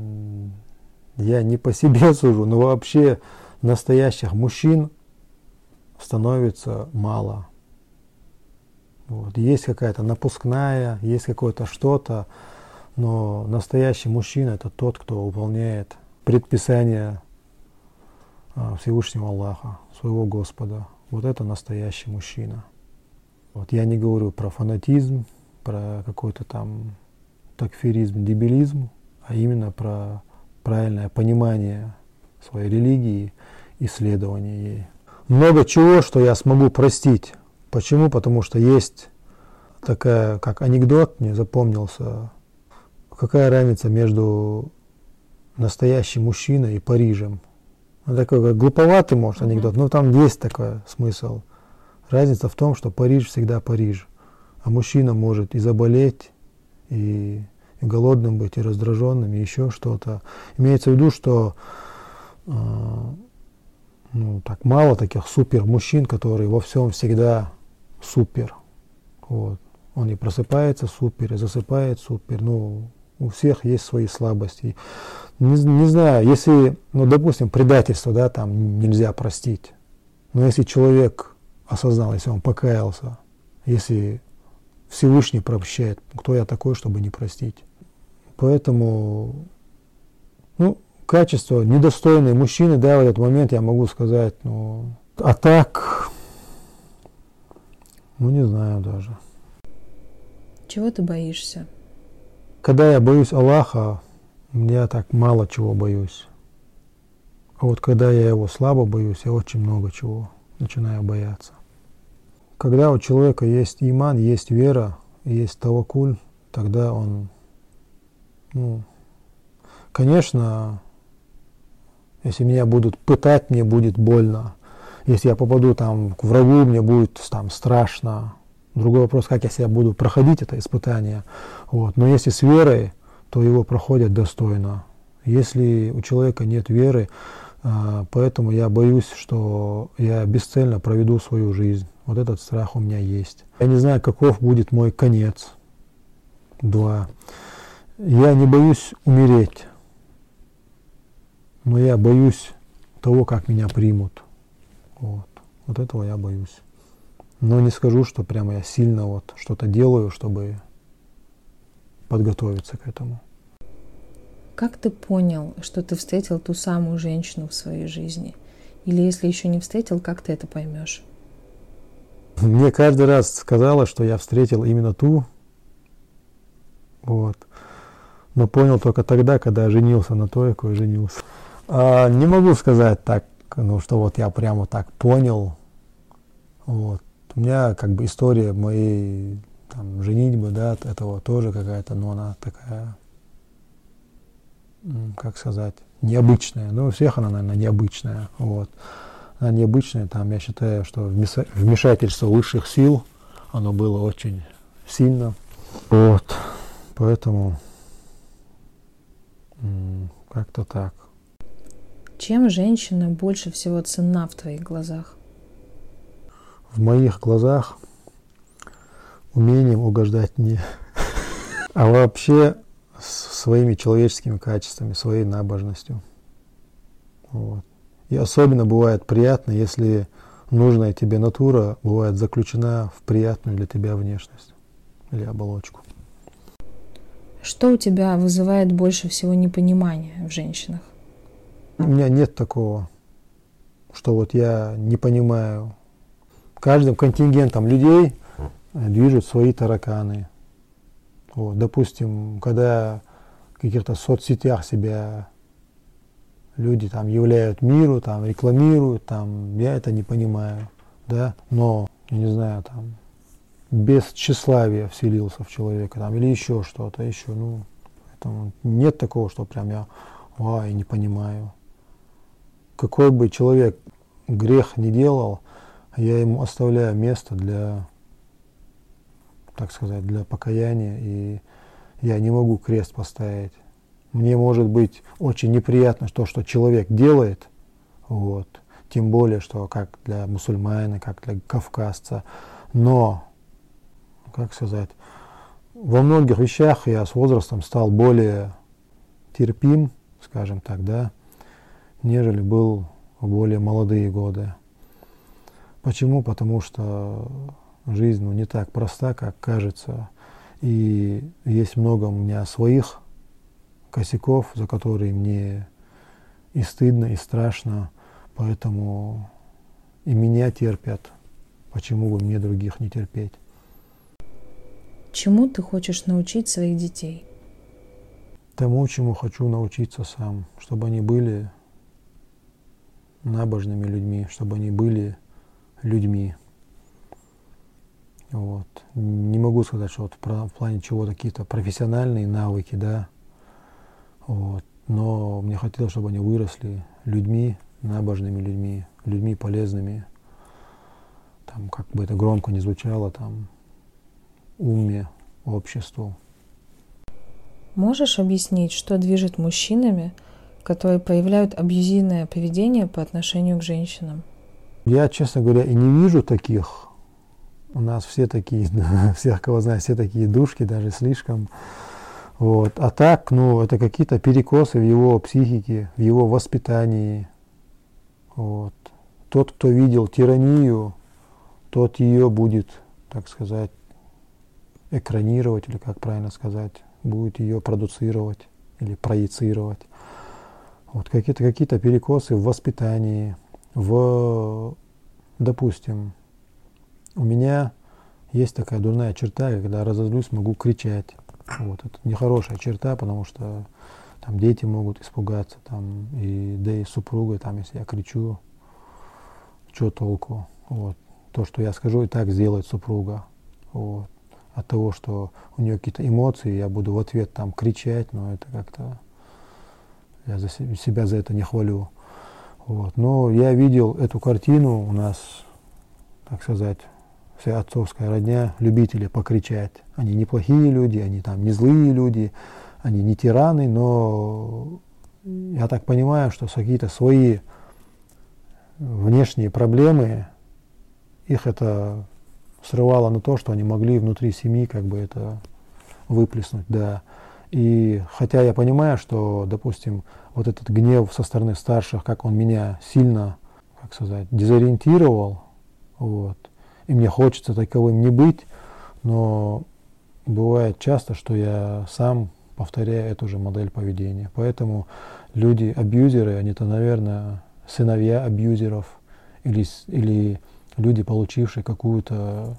я не по себе сужу, но вообще настоящих мужчин становится мало. Вот. Есть какая-то напускная, есть какое-то что-то, но настоящий мужчина — это тот, кто выполняет предписания Всевышнего Аллаха, своего Господа. Вот это настоящий мужчина. Вот. Я не говорю про фанатизм, про какой-то там такфиризм, дебилизм, а именно про правильное понимание своей религии, исследование ей. Много чего, что я смогу простить. Почему? Потому что есть такая, как анекдот, мне запомнился, какая разница между настоящим мужчиной и Парижем. Он такой как глуповатый, может, анекдот, но там есть такой смысл. Разница в том, что Париж всегда Париж, а мужчина может и заболеть, и и голодным быть, и раздраженным, и еще что-то. Имеется в виду, что э, ну, так мало таких супер мужчин, которые во всем всегда супер. Вот. Он и просыпается супер, и засыпает супер. Ну, у всех есть свои слабости. Не, не знаю, если, ну, допустим, предательство, да, там нельзя простить. Но если человек осознал, если он покаялся, если Всевышний прощает, кто я такой, чтобы не простить? Поэтому, ну, качество недостойные мужчины, да, в этот момент я могу сказать, ну, а так, ну, не знаю даже. Чего ты боишься? Когда я боюсь Аллаха, я так мало чего боюсь. А вот когда я его слабо боюсь, я очень много чего начинаю бояться. Когда у человека есть иман, есть вера, есть таваккуль, тогда он, ну, конечно, если меня будут пытать, мне будет больно. Если я попаду там к врагу, мне будет там страшно. Другой вопрос, как я себя буду проходить это испытание. Вот. Но если с верой, то его проходят достойно. Если у человека нет веры, поэтому я боюсь, что я бесцельно проведу свою жизнь. Вот этот страх у меня есть. Я не знаю, каков будет мой конец. Два. Я не боюсь умереть, но я боюсь того, как меня примут. Вот, вот этого я боюсь. Но не скажу, что прямо я сильно вот что-то делаю, чтобы подготовиться к этому. Как ты понял, что ты встретил ту самую женщину в своей жизни? Или если еще не встретил, как ты это поймешь? Мне каждый раз сказала, что я встретил именно ту. Вот. Но понял только тогда, когда женился на той, какой женился. А, не могу сказать так, ну, что вот я прямо так понял. Вот. У меня как бы история моей там, женитьбы, да, этого тоже какая-то, но она такая, как сказать, необычная. Ну, у всех она, наверное, необычная. Вот. Она необычная, там, я считаю, что вмешательство высших сил, оно было очень сильно. Вот. Поэтому как-то так. Чем женщина больше всего ценна в твоих глазах? В моих глазах умением угождать мне. А вообще своими человеческими качествами, своей набожностью. Вот. И особенно бывает приятно, если нужная тебе натура бывает заключена в приятную для тебя внешность или оболочку. Что у тебя вызывает больше всего непонимания в женщинах? У меня нет такого, что вот я не понимаю. Каждым контингентом людей движут свои тараканы. Вот, допустим, когда в каких-то соцсетях себя люди там являют миру, там рекламируют, там, я это не понимаю, да, но, я не знаю, там, без тщеславия вселился в человека, там, или еще что-то, еще, ну, поэтому нет такого, что прям я, ой, не понимаю. Какой бы человек грех не делал, я ему оставляю место для, так сказать, для покаяния, и я не могу крест поставить. Мне может быть очень неприятно то, что человек делает, вот, тем более, что как для мусульманина, как для кавказца, но, как сказать, во многих вещах я с возрастом стал более терпим, скажем так, да, нежели был в более молодые годы. Почему? Потому что жизнь, ну, не так проста, как кажется, и есть много у меня своих косяков, за которые мне и стыдно, и страшно, поэтому и меня терпят, почему бы мне других не терпеть. Чему ты хочешь научить своих детей? Тому, чему хочу научиться сам, чтобы они были набожными людьми, чтобы они были людьми. Вот. Не могу сказать, что вот в плане чего-то какие-то профессиональные навыки, да, вот. Но мне хотелось, чтобы они выросли людьми, набожными людьми, людьми полезными, там, как бы это громко не звучало, там, умме, обществу. Можешь объяснить, что движет мужчинами, которые проявляют абьюзивное поведение по отношению к женщинам? Я, честно говоря, и не вижу таких. У нас все такие, всех, кого знаю, все такие душки, даже слишком. Вот. А так, ну, это какие-то перекосы в его психике, в его воспитании. Вот. Тот, кто видел тиранию, тот ее будет, так сказать, экранировать, или как правильно сказать, будет ее продуцировать или проецировать. Вот какие-то какие-то перекосы в воспитании, в, допустим, у меня есть такая дурная черта, когда я разозлюсь, могу кричать. Вот, это нехорошая черта, потому что там дети могут испугаться, там, и, да и супруга, там, если я кричу, что толку? Вот. То, что я скажу, и так сделает супруга. Вот. От того, что у нее какие-то эмоции, я буду в ответ там кричать, но это как-то, я за себя за это не хвалю. Вот. Но я видел эту картину, у нас, так сказать, вся отцовская родня, любители покричать. Они неплохие люди, они там не злые люди, они не тираны, но я так понимаю, что какие-то свои внешние проблемы, их это срывало на то, что они могли внутри семьи как бы это выплеснуть, да. И хотя я понимаю, что, допустим, вот этот гнев со стороны старших, как он меня сильно, как сказать, дезориентировал, вот, и мне хочется таковым не быть, но бывает часто, что я сам повторяю эту же модель поведения. Поэтому люди-абьюзеры, они-то, наверное, сыновья абьюзеров или, или люди, получившие какую-то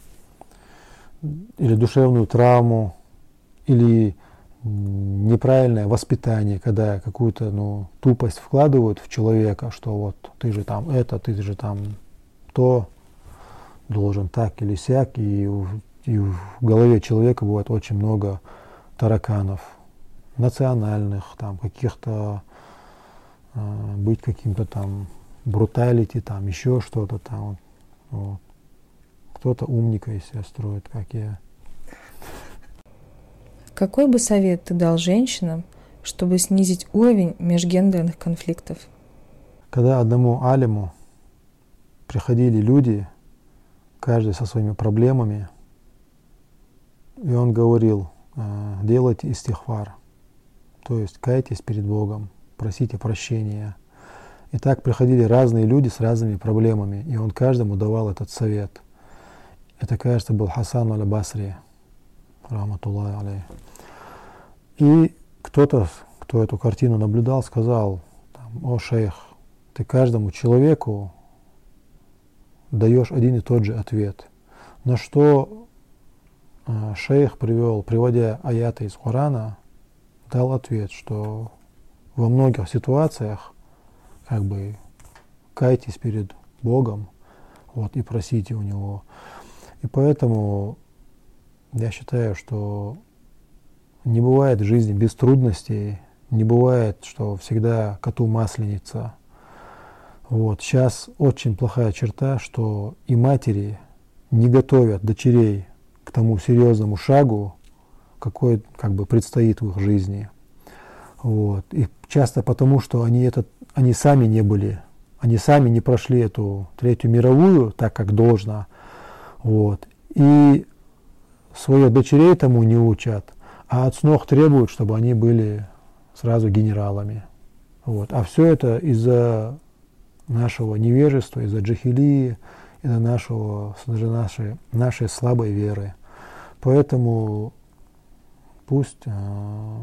или душевную травму, или неправильное воспитание, когда какую-то ну, тупость вкладывают в человека, что вот ты же там это, ты же там то, должен так или сяк, и, и в голове человека бывает очень много тараканов, национальных, там каких-то, э, быть каким-то там бруталити, там еще что-то там. Вот. Кто-то умника из себя строит, как я. Какой бы совет ты дал женщинам, чтобы снизить уровень межгендерных конфликтов? Когда одному алиму приходили люди, каждый со своими проблемами, и он говорил, делайте истихфар, то есть кайтесь перед Богом, просите прощения. И так приходили разные люди с разными проблемами, и он каждому давал этот совет. Это, кажется, был Хасан аль-Басри, рахматуллахи алейх. И кто-то, кто эту картину наблюдал, сказал, там, о шейх, ты каждому человеку даешь один и тот же ответ. На что э, шейх привел, приводя аяты из Корана, дал ответ, что во многих ситуациях как бы кайтесь перед Богом, вот, и просите у Него. И поэтому я считаю, что не бывает в жизни без трудностей, не бывает, что всегда коту масленица. Вот. Сейчас очень плохая черта, что и матери не готовят дочерей к тому серьезному шагу, какой как бы предстоит в их жизни. Вот. И часто потому, что они, этот, они сами не были, они сами не прошли эту Третью мировую так, как должно. Вот. И своих дочерей тому не учат, а от снох требуют, чтобы они были сразу генералами. Вот. А все это из-за нашего невежества, из-за джахилии, из-за нашего, из-за нашей, нашей слабой веры. Поэтому пусть э,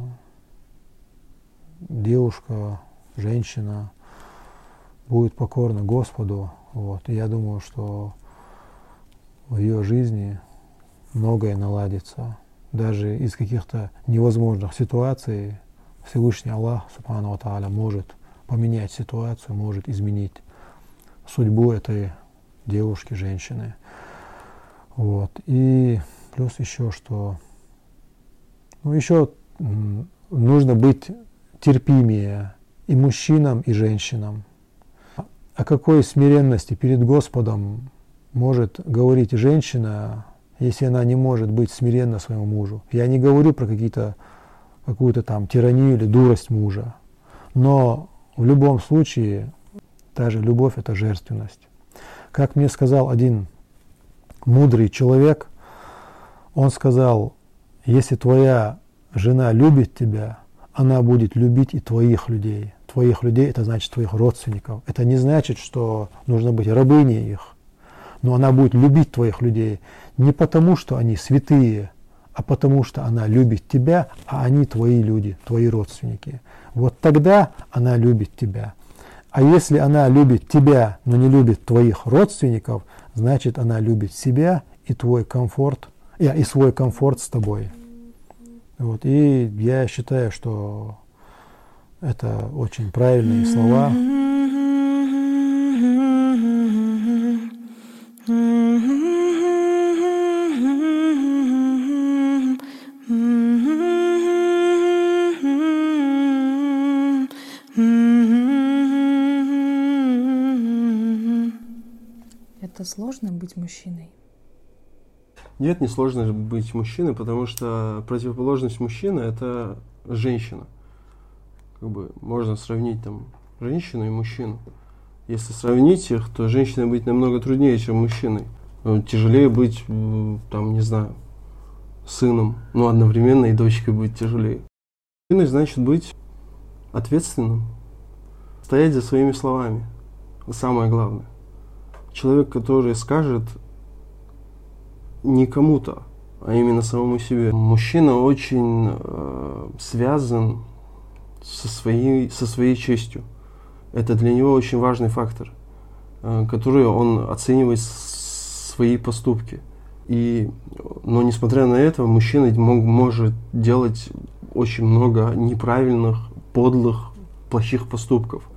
девушка, женщина будет покорна Господу. Вот. И я думаю, что в ее жизни многое наладится. Даже из каких-то невозможных ситуаций Всевышний Аллах, субхану ва тааля, может поменять ситуацию, может изменить судьбу этой девушки, женщины. Вот. И плюс еще, что ну, еще нужно быть терпимее и мужчинам, и женщинам. О какой смиренности перед Господом может говорить женщина, если она не может быть смиренна своему мужу? Я не говорю про какие-то какую-то там тиранию или дурость мужа. Но в любом случае, та же любовь – это жертвенность. Как мне сказал один мудрый человек, он сказал, если твоя жена любит тебя, она будет любить и твоих людей. Твоих людей – это значит твоих родственников. Это не значит, что нужно быть рабыней их. Но она будет любить твоих людей не потому, что они святые, а потому, что она любит тебя, а они твои люди, твои родственники. Вот тогда она любит тебя. А если она любит тебя, но не любит твоих родственников, значит, она любит себя и твой комфорт, и свой комфорт с тобой. Вот. И я считаю, что это очень правильные слова. Это сложно быть мужчиной? Нет, не сложно быть мужчиной, потому что противоположность мужчины – это женщина. Как бы можно сравнить там женщину и мужчину. Если сравнить их, то женщиной быть намного труднее, чем мужчиной. Тяжелее быть, там, не знаю, сыном, но одновременно и дочкой быть тяжелее. Мужчиной значит быть ответственным, стоять за своими словами. Самое главное. Человек, который скажет не кому-то, а именно самому себе. Мужчина очень э, связан со своей, со своей честью. Это для него очень важный фактор, э, который он оценивает свои поступки. И, но несмотря на это, мужчина мог, может делать очень много неправильных, подлых, плохих поступков.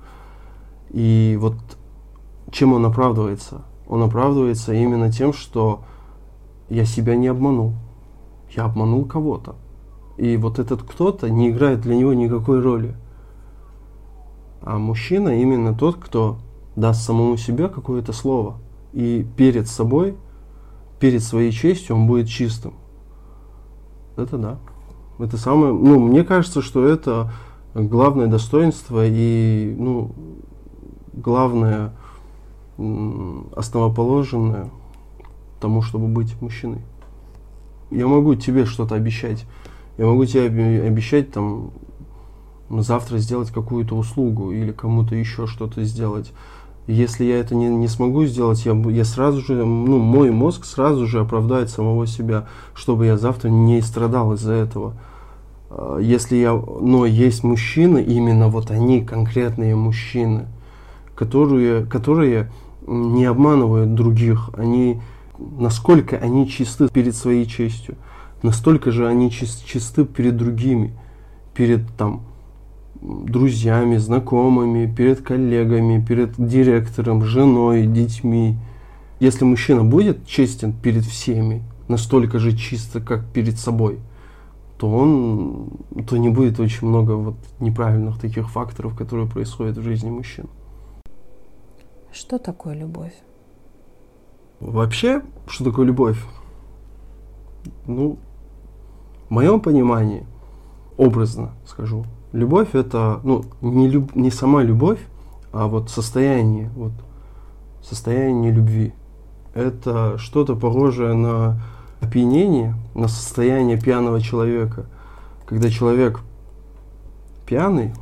И вот чем он оправдывается? Он оправдывается именно тем, что я себя не обманул. Я обманул кого-то. И вот этот кто-то не играет для него никакой роли. А мужчина именно тот, кто даст самому себе какое-то слово. И перед собой, перед своей честью он будет чистым. Это да. Это самое, ну, мне кажется, что это главное достоинство и, ну, главное основоположенное тому, чтобы быть мужчиной. Я могу тебе что-то обещать. Я могу тебе обещать там завтра сделать какую-то услугу или кому-то еще что-то сделать. Если я это не, не смогу сделать, я, я сразу же, ну, мой мозг сразу же оправдает самого себя, чтобы я завтра не страдал из-за этого. Если я, но есть мужчины, именно вот они, конкретные мужчины, которые, которые не обманывают других, они, насколько они чисты перед своей честью, настолько же они чисты перед другими, перед там друзьями, знакомыми, перед коллегами, перед директором, женой, детьми. Если мужчина будет честен перед всеми, настолько же чисто, как перед собой, то он, то не будет очень много вот неправильных таких факторов, которые происходят в жизни мужчин. Что такое любовь? Вообще, что такое любовь? Ну, в моем понимании, образно скажу, любовь это, ну, не, люб, не сама любовь, а вот состояние, вот, состояние любви. Это что-то похожее на опьянение, на состояние пьяного человека. Когда человек пьяный,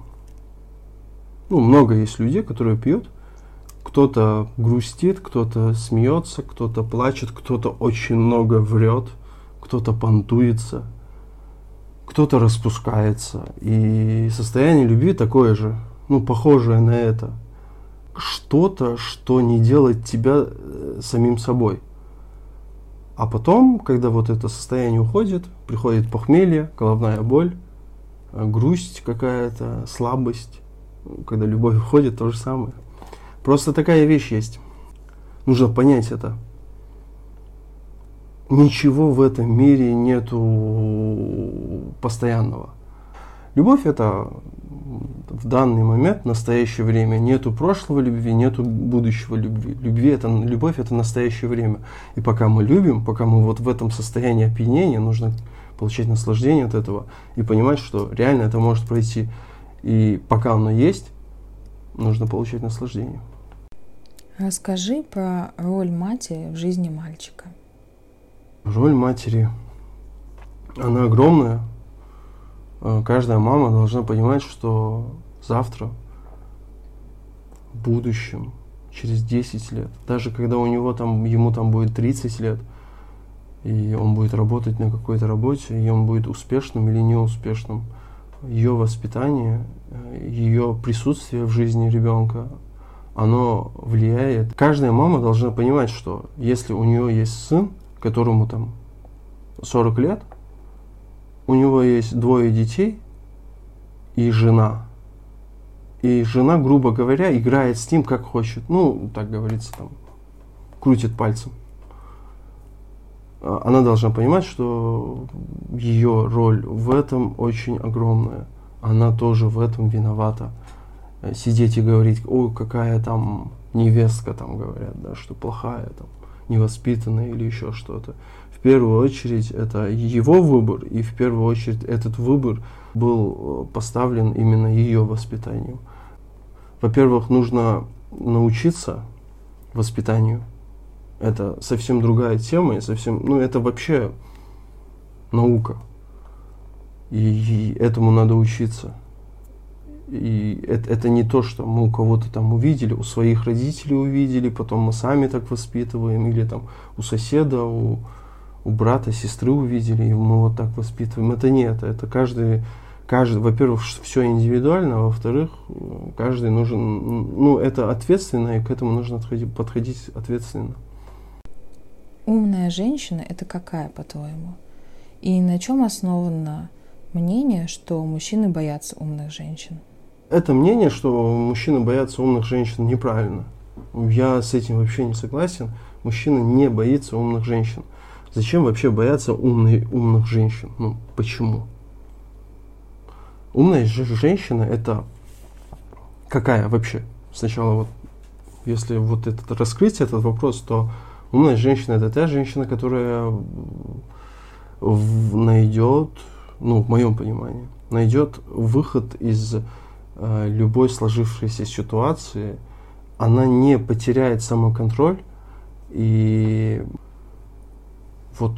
ну, много есть людей, которые пьют, кто-то грустит, кто-то смеется, кто-то плачет, кто-то очень много врет, кто-то понтуется, кто-то распускается. И состояние любви такое же, ну, похожее на это. Что-то, что не делает тебя самим собой. А потом, когда вот это состояние уходит, приходит похмелье, головная боль, грусть какая-то, слабость. Когда любовь уходит, то же самое. Просто такая вещь есть. Нужно понять это. Ничего в этом мире нету постоянного. Любовь это в данный момент, в настоящее время. Нету прошлого любви, нету будущего любви. Любви это, любовь это настоящее время. И пока мы любим, пока мы вот в этом состоянии опьянения, нужно получать наслаждение от этого и понимать, что реально это может пройти. И пока оно есть, нужно получать наслаждение. Расскажи про роль матери в жизни мальчика. Роль матери, она огромная. Каждая мама должна понимать, что завтра, в будущем, через десять лет, даже когда у него там, ему там будет тридцать лет, и он будет работать на какой-то работе, и он будет успешным или неуспешным, ее воспитание, ее присутствие в жизни ребенка, оно влияет. Каждая мама должна понимать, что если у нее есть сын, которому там сорок лет, у него есть двое детей и жена. И жена, грубо говоря, играет с ним как хочет. Ну, так говорится, там, крутит пальцем. Она должна понимать, что ее роль в этом очень огромная. Она тоже в этом виновата. Сидеть и говорить, ой, какая там невестка, там говорят, да, что плохая, там, невоспитанная или еще что-то. В первую очередь это его выбор, и в первую очередь этот выбор был поставлен именно ее воспитанием. Во-первых, нужно научиться воспитанию. Это совсем другая тема, и совсем, ну, это вообще наука. И, и этому надо учиться. И это, это не то, что мы у кого-то там увидели, у своих родителей увидели, потом мы сами так воспитываем, или там у соседа, у, у брата, сестры увидели, и мы вот так воспитываем. Это не это. Это каждый, каждый, во-первых, все индивидуально, а во-вторых, каждый нужен, ну, это ответственно, и к этому нужно подходить, подходить ответственно. Умная женщина – это какая, по-твоему? И на чем основано мнение, что мужчины боятся умных женщин? Это мнение, что мужчины боятся умных женщин, неправильно. Я с этим вообще не согласен. Мужчина не боится умных женщин. Зачем вообще бояться умной, умных женщин? Ну, почему? Умная женщина – это какая вообще? Сначала вот, если вот этот, раскрыть этот вопрос, то умная женщина – это та женщина, которая в, найдет, ну, в моем понимании, найдет выход из э, любой сложившейся ситуации. Она не потеряет самоконтроль и вот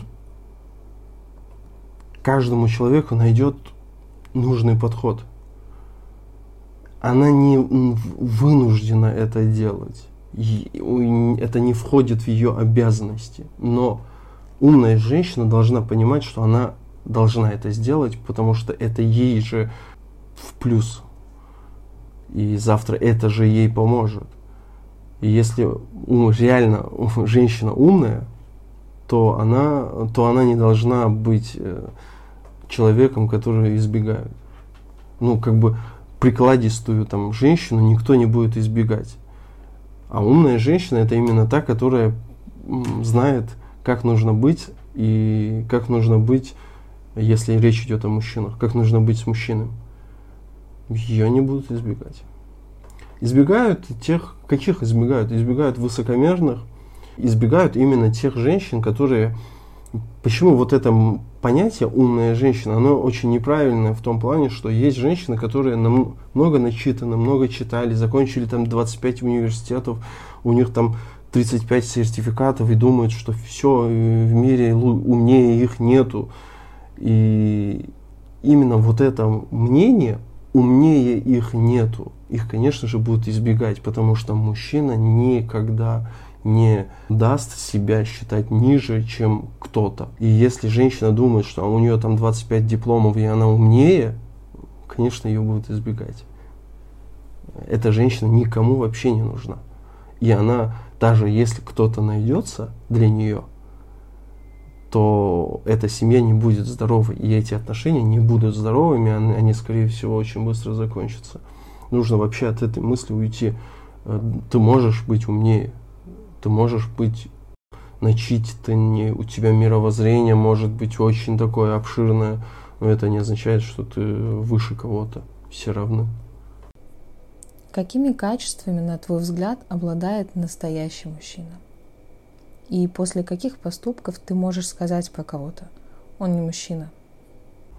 каждому человеку найдет нужный подход. Она не вынуждена это делать. Это не входит в ее обязанности. Но умная женщина должна понимать, что она должна это сделать, потому что это ей же в плюс. И завтра это же ей поможет. И если реально женщина умная, то она, то она не должна быть человеком, который избегает. Ну, как бы прикладистую там женщину никто не будет избегать. А умная женщина – это именно та, которая знает, как нужно быть и как нужно быть, если речь идет о мужчинах, как нужно быть с мужчиной. Ее не будут избегать. Избегают тех, каких избегают? Избегают высокомерных, избегают именно тех женщин, которые... Почему вот это понятие «умная женщина», оно очень неправильное в том плане, что есть женщины, которые много начитаны, много читали, закончили там двадцать пять университетов, у них там тридцать пять сертификатов и думают, что все в мире умнее их нету. И именно вот это мнение «умнее их нету», их, конечно же, будут избегать, потому что мужчина никогда не даст себя считать ниже, чем кто-то. И если женщина думает, что у нее там двадцать пять дипломов и она умнее, конечно, ее будут избегать. Эта женщина никому вообще не нужна. И она, даже если кто-то найдется для нее, то эта семья не будет здоровой, и эти отношения не будут здоровыми, они, они скорее всего, очень быстро закончатся. Нужно вообще от этой мысли уйти. Ты можешь быть умнее, ты можешь быть начитаннее, у тебя мировоззрение может быть очень такое обширное, но это не означает, что ты выше кого-то. Все равны. Какими качествами, на твой взгляд, обладает настоящий мужчина? И после каких поступков ты можешь сказать про кого-то: он не мужчина?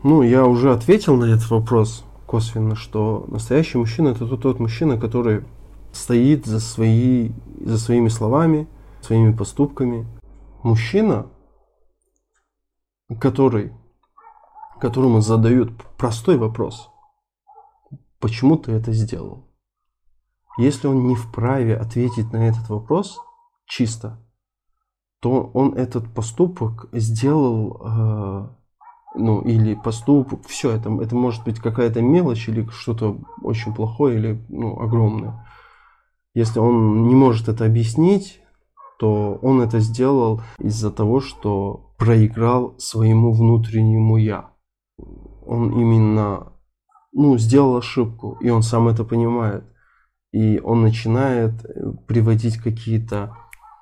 Ну, я уже ответил на этот вопрос косвенно, что настоящий мужчина – это тот, тот мужчина, который стоит за, свои, за своими словами, своими поступками. Мужчина, который, которому задают простой вопрос: почему ты это сделал? Если он не вправе ответить на этот вопрос чисто, то он этот поступок сделал, э, ну, или поступок, все, это, это может быть какая-то мелочь или что-то очень плохое или, ну, огромное. Если он не может это объяснить, то он это сделал из-за того, что проиграл своему внутреннему «я». Он именно, ну, сделал ошибку, и он сам это понимает. И он начинает приводить какие-то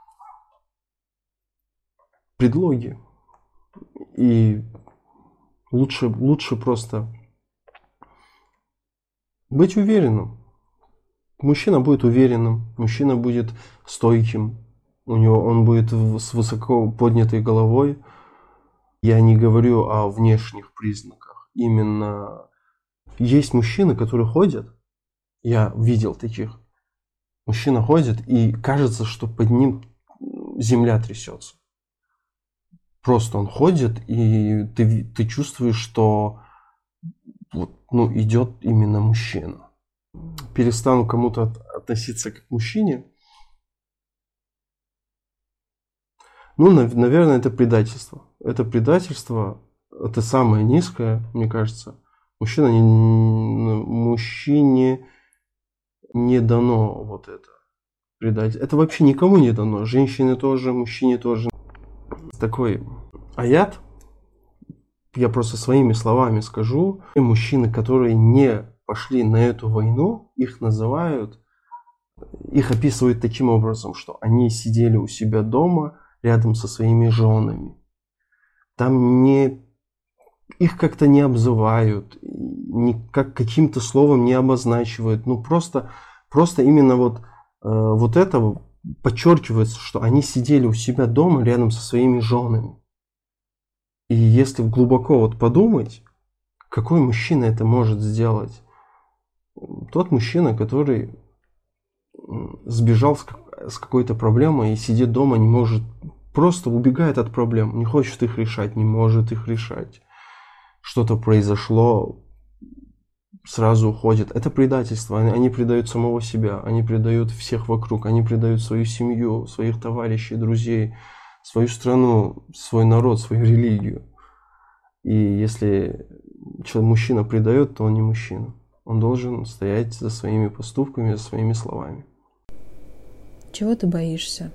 предлоги. И лучше, лучше просто быть уверенным. Мужчина будет уверенным, мужчина будет стойким, у него, он будет с высоко поднятой головой. Я не говорю о внешних признаках. Именно есть мужчины, которые ходят, я видел таких. Мужчина ходит, и кажется, что под ним земля трясется. Просто он ходит, и ты, ты чувствуешь, что вот, ну, идет именно мужчина. Перестану к кому-то от, относиться как к мужчине. Ну, наверное, это предательство. Это предательство, это самое низкое, мне кажется. Мужчина не, мужчине не дано вот это. Предательство. Это вообще никому не дано. Женщине тоже, мужчине тоже. Такой аят, я просто своими словами скажу. И мужчины, которые не пошли на эту войну, их называют, их описывают таким образом, что они сидели у себя дома рядом со своими женами. Там не, их как-то не обзывают, никак каким-то словом не обозначивают. Ну просто, просто именно вот, э, вот это подчеркивается, что они сидели у себя дома рядом со своими женами. И если глубоко вот подумать, какой мужчина это может сделать? Тот мужчина, который сбежал с какой-то проблемой и сидит дома, не может, просто убегает от проблем, не хочет их решать, не может их решать. Что-то произошло, сразу уходит. Это предательство. Они, они предают самого себя, они предают всех вокруг, они предают свою семью, своих товарищей, друзей, свою страну, свой народ, свою религию. И если человек, мужчина предает, то он не мужчина. Он должен стоять за своими поступками, за своими словами. Чего ты боишься?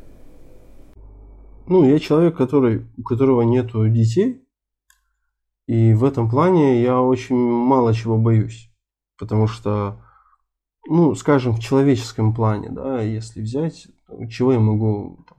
Ну, я человек, который, у которого нету детей. И в этом плане я очень мало чего боюсь. Потому что, ну, скажем, в человеческом плане, да, если взять, чего я могу там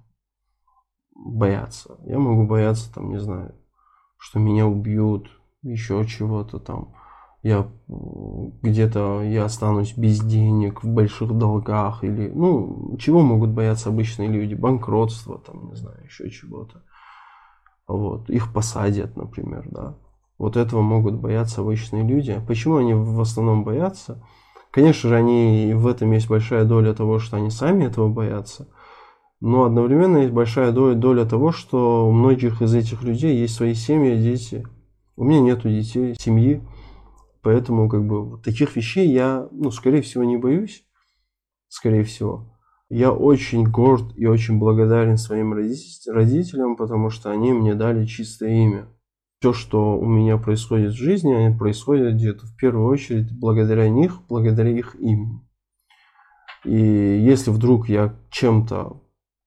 бояться? Я могу бояться, там, не знаю, что меня убьют, еще чего-то там. Я где-то я останусь без денег, в больших долгах, или, ну, чего могут бояться обычные люди? Банкротство, там, не знаю, еще чего-то. Вот, их посадят, например, да. Вот этого могут бояться обычные люди. Почему они в основном боятся? Конечно же, они, в этом есть большая доля того, что они сами этого боятся. Но одновременно есть большая доля, доля того, что у многих из этих людей есть свои семьи, дети. У меня нету детей, семьи. Поэтому, как бы, вот таких вещей я, ну, скорее всего, не боюсь. Скорее всего. Я очень горд и очень благодарен своим родителям, потому что они мне дали чистое имя. Все, что у меня происходит в жизни, они происходят где-то в первую очередь благодаря них, благодаря их имени. И если вдруг я чем-то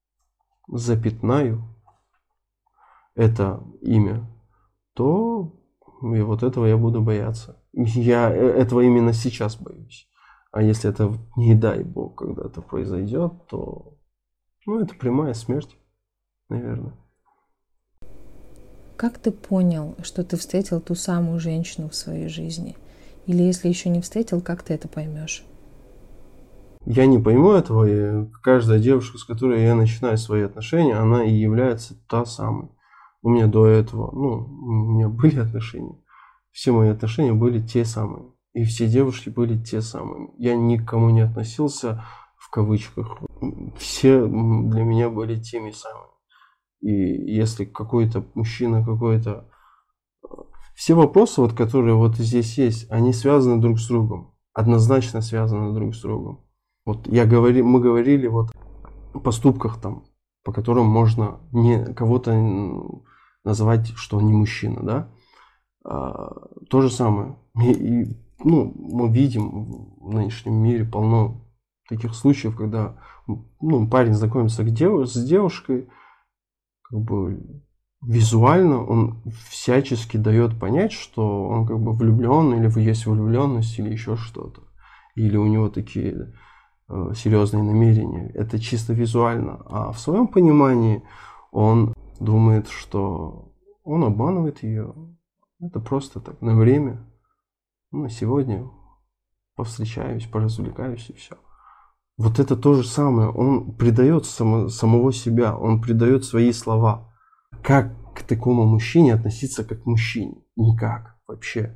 запятнаю это имя, то и вот этого я буду бояться. Я этого именно сейчас боюсь. А если это, не дай бог, когда-то произойдет, то, ну, это прямая смерть, наверное. Как ты понял, что ты встретил ту самую женщину в своей жизни? Или если еще не встретил, как ты это поймешь? Я не пойму этого, и каждая девушка, с которой я начинаю свои отношения, она и является та самой. У меня до этого, ну, у меня были отношения, все мои отношения были те самые. И все девушки были те самые. Я ни к кому не относился в кавычках. Все для меня были теми самыми. И если какой-то мужчина, какой-то... Все вопросы, вот, которые вот здесь есть, они связаны друг с другом. Однозначно связаны друг с другом. Вот я говори, мы говорили вот о поступках там, по которым можно не кого-то назвать, что он не мужчина, да? А, то же самое. И, и, ну, мы видим в нынешнем мире полно таких случаев, когда ну, парень знакомится к дев, с девушкой, как бы визуально он всячески дает понять, что он как бы влюблен, или есть влюбленность, или еще что-то. Или у него такие э, серьезные намерения. Это чисто визуально. А в своем понимании он думает, что он обманывает ее. Это просто так, на время. Ну, сегодня повстречаюсь, поразвлекаюсь и все. Вот это то же самое. Он предает само, самого себя, он предает свои слова. Как к такому мужчине относиться как к мужчине? Никак вообще.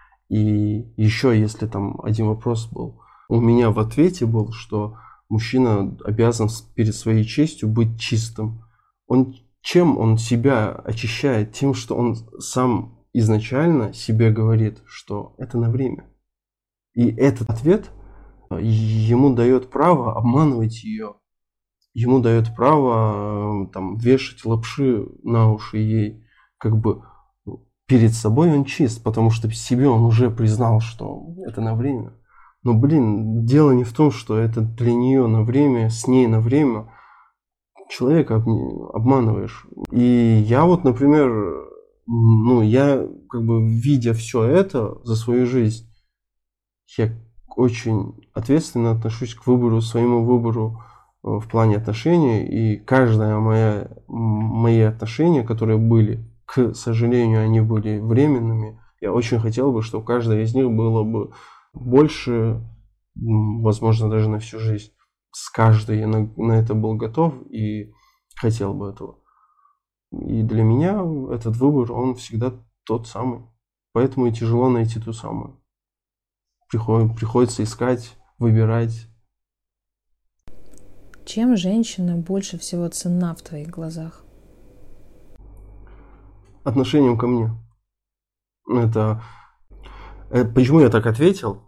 И еще, если там один вопрос был, у меня в ответе был, что мужчина обязан перед своей честью быть чистым. Он, чем он себя очищает? Тем, что он сам изначально себе говорит, что это на время. И этот ответ ему дает право обманывать ее. Ему дает право там, вешать лапши на уши ей. Как бы перед собой он чист, потому что себе он уже признал, что это на время. Но, блин, дело не в том, что это для нее на время, с ней на время. Человека обманываешь. И я вот, например, ну, я, как бы, видя все это за свою жизнь, я очень ответственно отношусь к выбору, своему выбору в плане отношений. И каждое моя, мои отношения, которые были, к сожалению, они были временными. Я очень хотел бы, чтобы каждое из них было бы больше, возможно, даже на всю жизнь. С каждой я на, на это был готов и хотел бы этого. И для меня этот выбор, он всегда тот самый. Поэтому и тяжело найти ту самую. Приход, приходится искать, выбирать. Чем женщина больше всего ценна в твоих глазах? Отношением ко мне. Это... Почему я так ответил?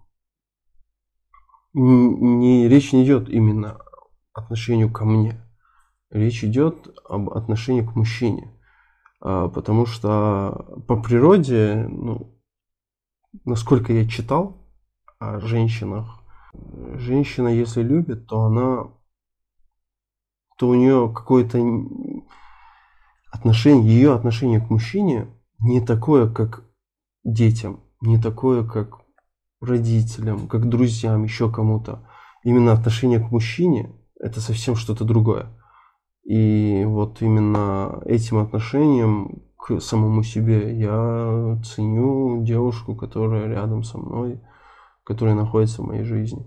Не, речь не идет именно о отношению ко мне. Речь идет об отношении к мужчине. Потому что по природе, ну, насколько я читал о женщинах, женщина, если любит, то она, то у нее какое-то отношение, ее отношение к мужчине не такое, как детям, не такое, как родителям, как друзьям, еще кому-то. Именно отношение к мужчине – это совсем что-то другое. И вот именно этим отношением к самому себе я ценю девушку, которая рядом со мной, которая находится в моей жизни.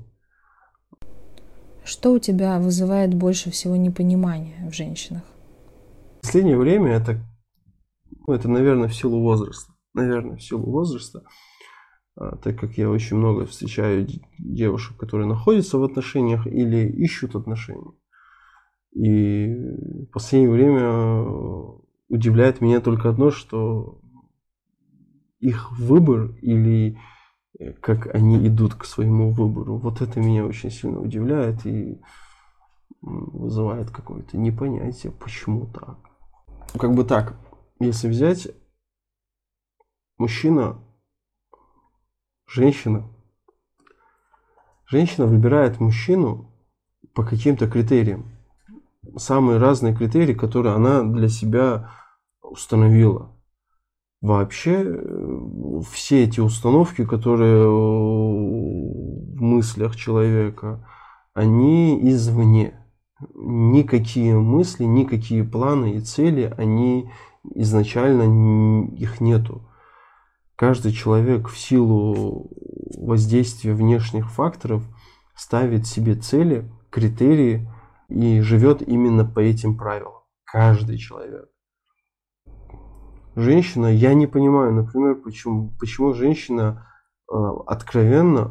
Что у тебя вызывает больше всего непонимания в женщинах? В последнее время это, ну, это, наверное, в силу возраста. Наверное, в силу возраста. Так как я очень много встречаю девушек, которые находятся в отношениях или ищут отношения. И в последнее время удивляет меня только одно, что их выбор или как они идут к своему выбору, вот это меня очень сильно удивляет и вызывает какое-то непонятие, почему так. Как бы так, если взять мужчина, женщина, женщина выбирает мужчину по каким-то критериям. Самые разные критерии, которые она для себя установила. Вообще, все эти установки, которые в мыслях человека, они извне. Никакие мысли, никакие планы и цели, они изначально их нету. Каждый человек в силу воздействия внешних факторов ставит себе цели, критерии, и живет именно по этим правилам. Каждый человек. женщина, я не понимаю, например, почему, почему женщина э, откровенно,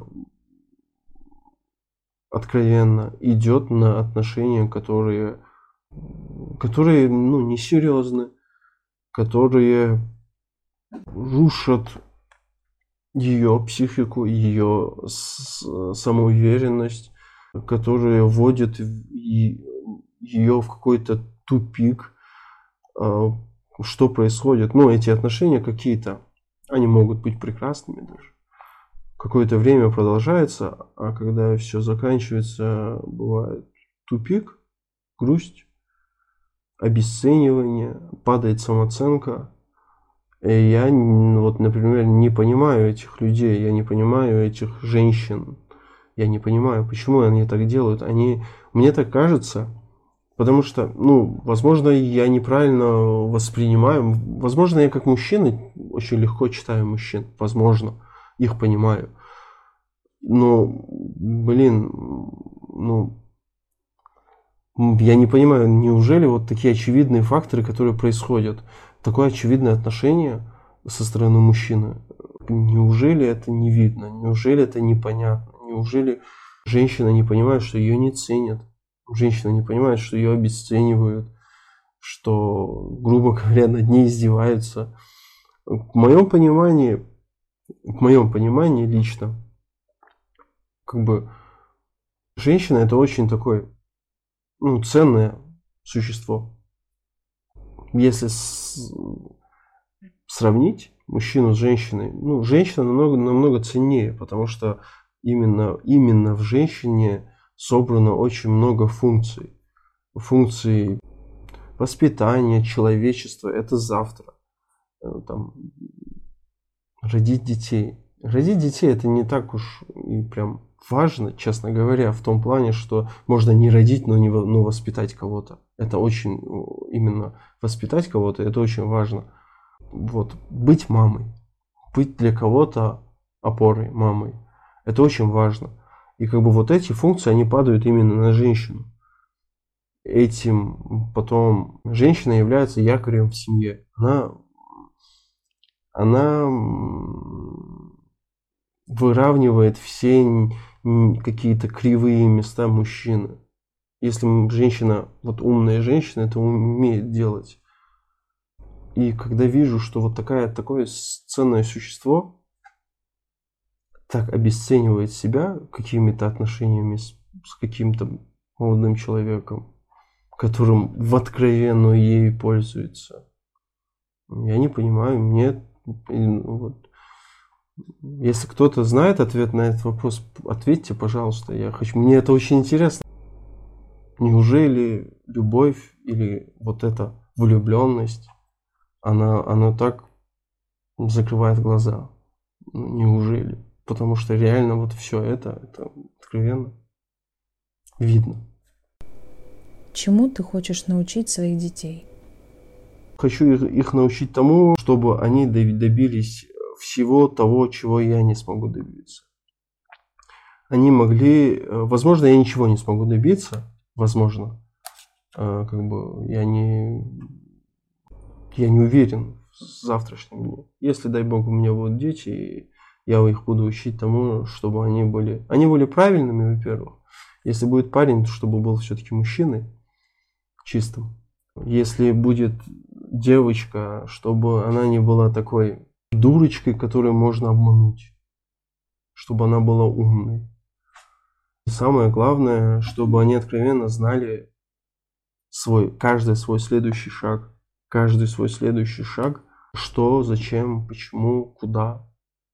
откровенно идет на отношения, которые, которые ну, несерьезны, которые рушат ее психику, ее самоуверенность, которые вводят ее в какой-то тупик. Что происходит? Ну, эти отношения какие-то, они могут быть прекрасными даже. Какое-то время продолжается, а когда все заканчивается, бывает тупик, грусть, обесценивание, падает самооценка. И я, вот, например, не понимаю этих людей, я не понимаю этих женщин. Я не понимаю, почему они так делают. Они, мне так кажется, потому что, ну, возможно, я неправильно воспринимаю. Возможно, я как мужчина очень легко читаю мужчин. Возможно, их понимаю. Но, блин, ну, я не понимаю, неужели вот такие очевидные факторы, которые происходят, такое очевидное отношение со стороны мужчины, неужели это не видно, неужели это непонятно, неужели женщина не понимает, что ее не ценят, женщина не понимает, что ее обесценивают, что, грубо говоря, над ней издеваются. В моем понимании, в моем понимании лично, как бы женщина это очень такое, ну, ценное существо. Если с... сравнить мужчину с женщиной, ну, женщина намного, намного ценнее, потому что именно, именно в женщине собрано очень много функций. Функций воспитания, человечества, это завтра. Там, родить детей. Родить детей это не так уж и прям важно, честно говоря, в том плане, что можно не родить, но не но воспитать кого-то. Это очень, именно воспитать кого-то, это очень важно. Вот, быть мамой, быть для кого-то опорой, мамой, это очень важно. И как бы вот эти функции, они падают именно на женщину. Этим потом женщина является якорем в семье. Она, она выравнивает все какие-то кривые места мужчины. Если женщина, вот умная женщина, это умеет делать. И когда вижу, что вот такая, такое ценное существо так обесценивает себя какими-то отношениями с, с каким-то молодым человеком, которым в откровенную ею пользуется, я не понимаю, мне вот, если кто-то знает ответ на этот вопрос, ответьте, пожалуйста, я хочу, мне это очень интересно. Неужели любовь или вот эта влюбленность, она, она так закрывает глаза? Неужели? Потому что реально вот все это, это откровенно видно. Чему ты хочешь научить своих детей? Хочу их, их научить тому, чтобы они добились всего того, чего я не смогу добиться. Они могли, возможно, я ничего не смогу добиться, возможно, как бы я не, я не уверен в завтрашнем дне. Если, дай бог, у меня будут дети, я их буду учить тому, чтобы они были, они были правильными, во-первых. Если будет парень, то чтобы был все-таки мужчиной чистым. Если будет девочка, чтобы она не была такой дурочкой, которую можно обмануть, чтобы она была умной. И самое главное, чтобы они откровенно знали свой, каждый свой следующий шаг, каждый свой следующий шаг, что, зачем, почему, куда.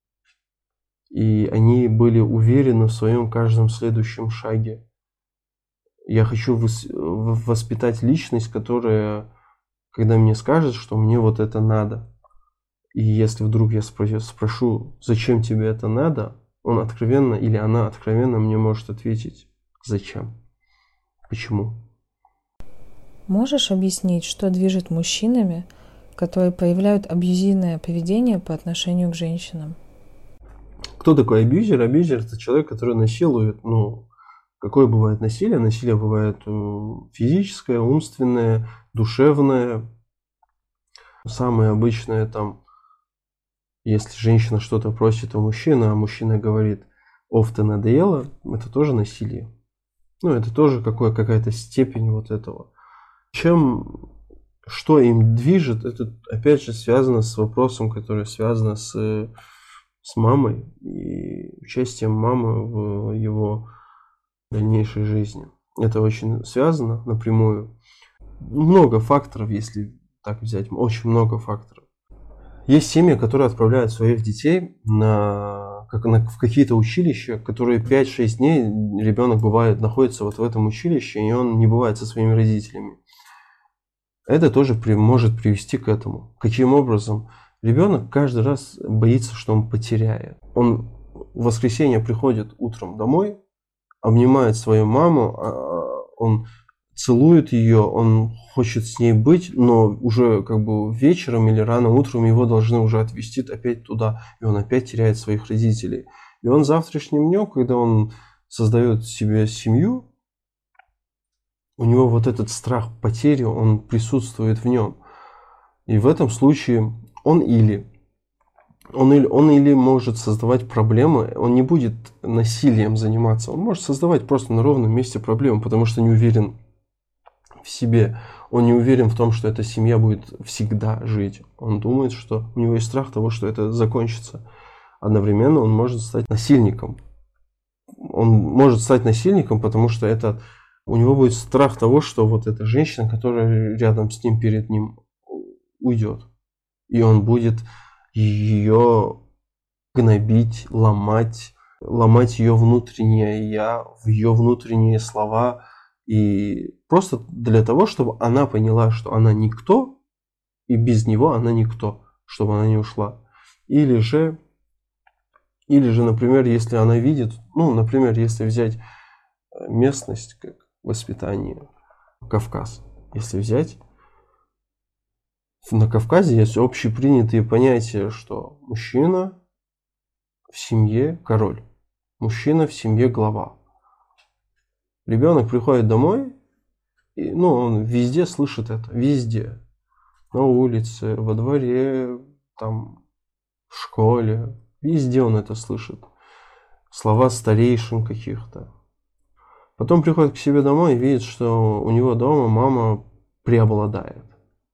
И они были уверены в своем каждом следующем шаге. Я хочу воспитать личность, которая, когда мне скажет, что мне вот это надо, и если вдруг я спрошу, зачем тебе это надо, он откровенно или она откровенно мне может ответить, зачем, почему. Можешь объяснить, что движет мужчинами, которые проявляют абьюзивное поведение по отношению к женщинам? Кто такой абьюзер? Абьюзер – это человек, который насилует, ну, какое бывает насилие? Насилие бывает физическое, умственное, душевное. Самое обычное там, если женщина что-то просит у мужчины, а мужчина говорит: «Оф, ты надоела», это тоже насилие. Ну, это тоже какое, какая-то степень вот этого. Чем, что им движет, это опять же связано с вопросом, который связан с, с мамой и участием мамы в его дальнейшей жизни. Это очень связано напрямую. Много факторов, если так взять, очень много факторов. Есть семьи, которые отправляют своих детей на, как, на, в какие-то училища, которые пять-шесть дней ребенок бывает, находится вот в этом училище, и он не бывает со своими родителями. Это тоже при, может привести к этому. Каким образом? Ребенок каждый раз боится, что он потеряет. Он в воскресенье приходит утром домой, обнимает свою маму, он целует ее, он хочет с ней быть, но уже как бы вечером или рано утром его должны уже отвезти опять туда, и он опять теряет своих родителей. И он завтрашним днем, когда он создает себе семью, у него вот этот страх потери, он присутствует в нем. И в этом случае он или Он или, он или может создавать проблемы, он не будет насилием заниматься, он может создавать просто на ровном месте проблемы, потому что не уверен в себе, он не уверен в том, что эта семья будет всегда жить. Он думает, что у него есть страх того, что это закончится. Одновременно он может стать насильником. Он может стать насильником, потому что это, у него будет страх того, что вот эта женщина, которая рядом с ним, перед ним, уйдет. И он будет ее гнобить, ломать, ломать ее внутреннее я, в ее внутренние слова. И просто для того, чтобы она поняла, что она никто, и без него она никто, чтобы она не ушла. Или же, или же, например, если она видит, ну, например, если взять местность как воспитание, Кавказ, если взять, на Кавказе есть общепринятые понятия, что мужчина в семье король, мужчина в семье глава. Ребенок приходит домой, и, ну, он везде слышит это, везде. На улице, во дворе, там, в школе, везде он это слышит. Слова старейшин каких-то. Потом приходит к себе домой и видит, что у него дома мама преобладает.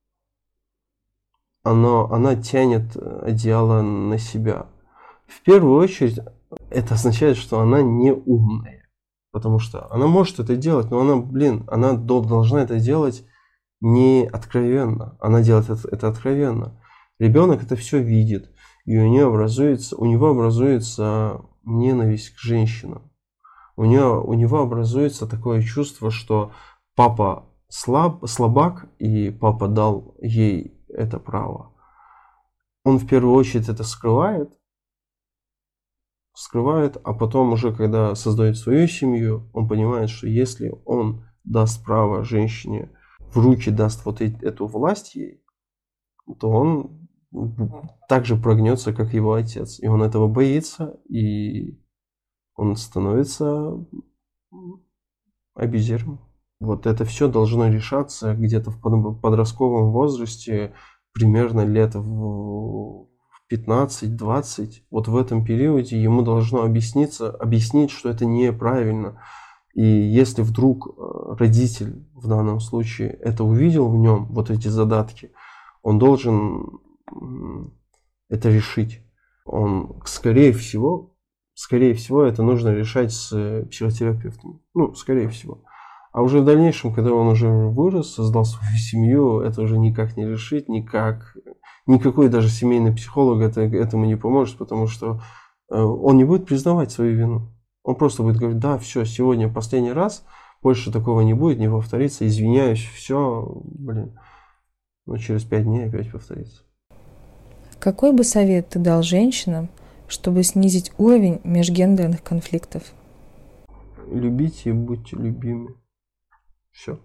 Она, она тянет одеяло на себя. В первую очередь, это означает, что она не умная. Потому что она может это делать, но она, блин, она должна это делать не откровенно. Она делает это, это откровенно. Ребенок это все видит. И у нее образуется, у него образуется ненависть к женщинам. У, нее, у него образуется такое чувство, что папа слаб, слабак, и папа дал ей это право. Он в первую очередь это скрывает, скрывает, а потом уже, когда создает свою семью, он понимает, что если он даст право женщине, в руки даст вот эту власть ей, то он так же прогнется, как его отец. И он этого боится, и он становится абьюзером. Вот это все должно решаться где-то в подростковом возрасте, примерно лет в пятнадцать-двадцать. Вот в этом периоде ему должно объясниться, объяснить, что это неправильно. И если вдруг родитель в данном случае это увидел в нем, вот эти задатки, он должен это решить. Он, скорее всего, скорее всего, это нужно решать с психотерапевтом. Ну, скорее всего. А уже в дальнейшем, когда он уже вырос, создал свою семью, это уже никак не решить, никак. Никакой даже семейный психолог это, этому не поможет, потому что он не будет признавать свою вину. Он просто будет говорить: да, все, сегодня последний раз, больше такого не будет, не повторится, извиняюсь, все, блин. Но через пять дней опять повторится. Какой бы совет ты дал женщинам, чтобы снизить уровень межгендерных конфликтов? Любите и будьте любимы. Все.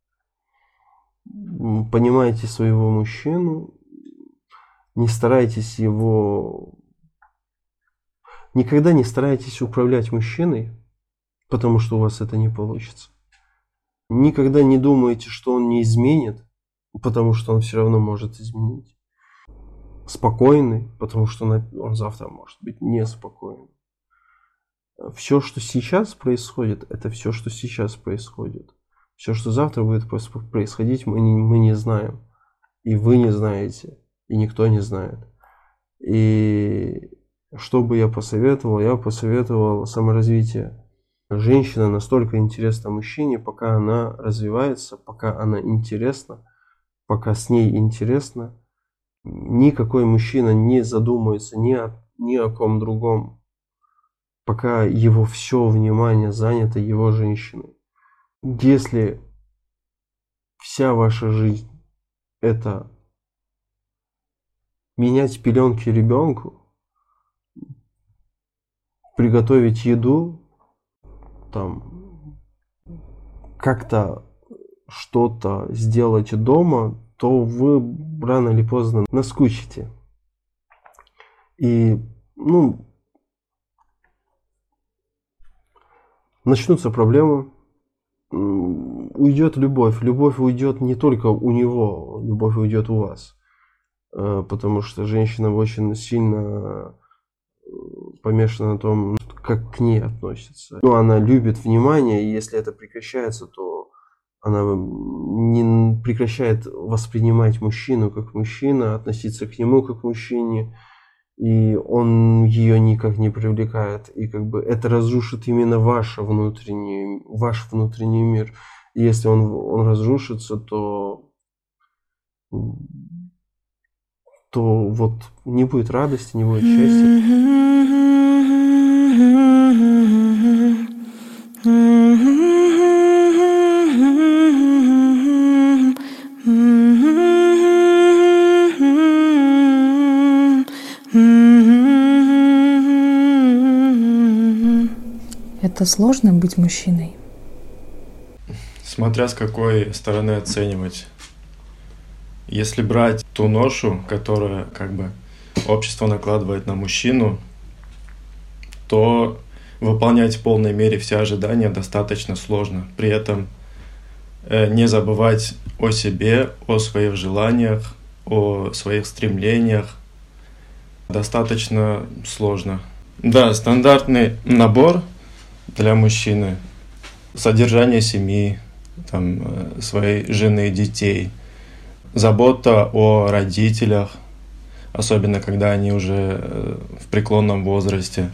Понимайте своего мужчину, не старайтесь его... Никогда не старайтесь управлять мужчиной, потому что у вас это не получится. Никогда не думайте, что он не изменит, потому что он все равно может изменить. Спокойный, потому что он, он завтра может быть неспокойным. Все, что сейчас происходит, это все, что сейчас происходит. Все, что завтра будет происходить, мы не, мы не знаем. И вы не знаете, и никто не знает. И что бы я посоветовал? Я посоветовал саморазвитие. Женщина настолько интересна мужчине, пока она развивается, пока она интересна, пока с ней интересно. Никакой мужчина не задумается ни о, ни о ком другом, пока его все внимание занято его женщиной. Если вся ваша жизнь – это менять пеленки ребенку, приготовить еду, там, как-то что-то сделать дома, то вы рано или поздно наскучите. И, ну, начнутся проблемы, уйдет любовь. Любовь уйдет не только у него, любовь уйдет у вас. Потому что женщина очень сильно помешана на том, как к ней относятся. Ну, она любит внимание, и если это прекращается, то она не прекращает воспринимать мужчину как мужчина, относиться к нему как к мужчине, и он ее никак не привлекает. И как бы это разрушит именно ваш внутренний, ваш внутренний мир. И если он, он разрушится, то, то вот не будет радости, не будет счастья. Это сложно быть мужчиной? Смотря с какой стороны оценивать. Если брать ту ношу, которую как бы общество накладывает на мужчину, то выполнять в полной мере все ожидания достаточно сложно. При этом не забывать о себе, о своих желаниях, о своих стремлениях достаточно сложно. Да, стандартный набор для мужчины: содержание семьи, там, своей жены, детей, забота о родителях, особенно когда они уже в преклонном возрасте.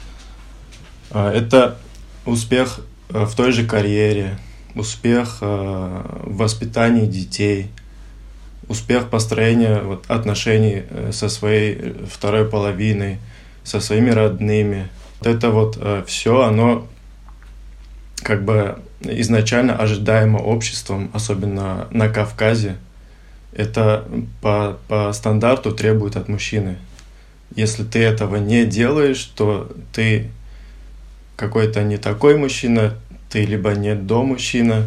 Это успех в той же карьере, успех в воспитании детей, успех построения вот, отношений со своей второй половиной, со своими родными. Вот это вот все, оно как бы изначально ожидаемо обществом, особенно на Кавказе. Это по, по стандарту требует от мужчины. Если ты этого не делаешь, то ты какой-то не такой мужчина, ты либо не до мужчина.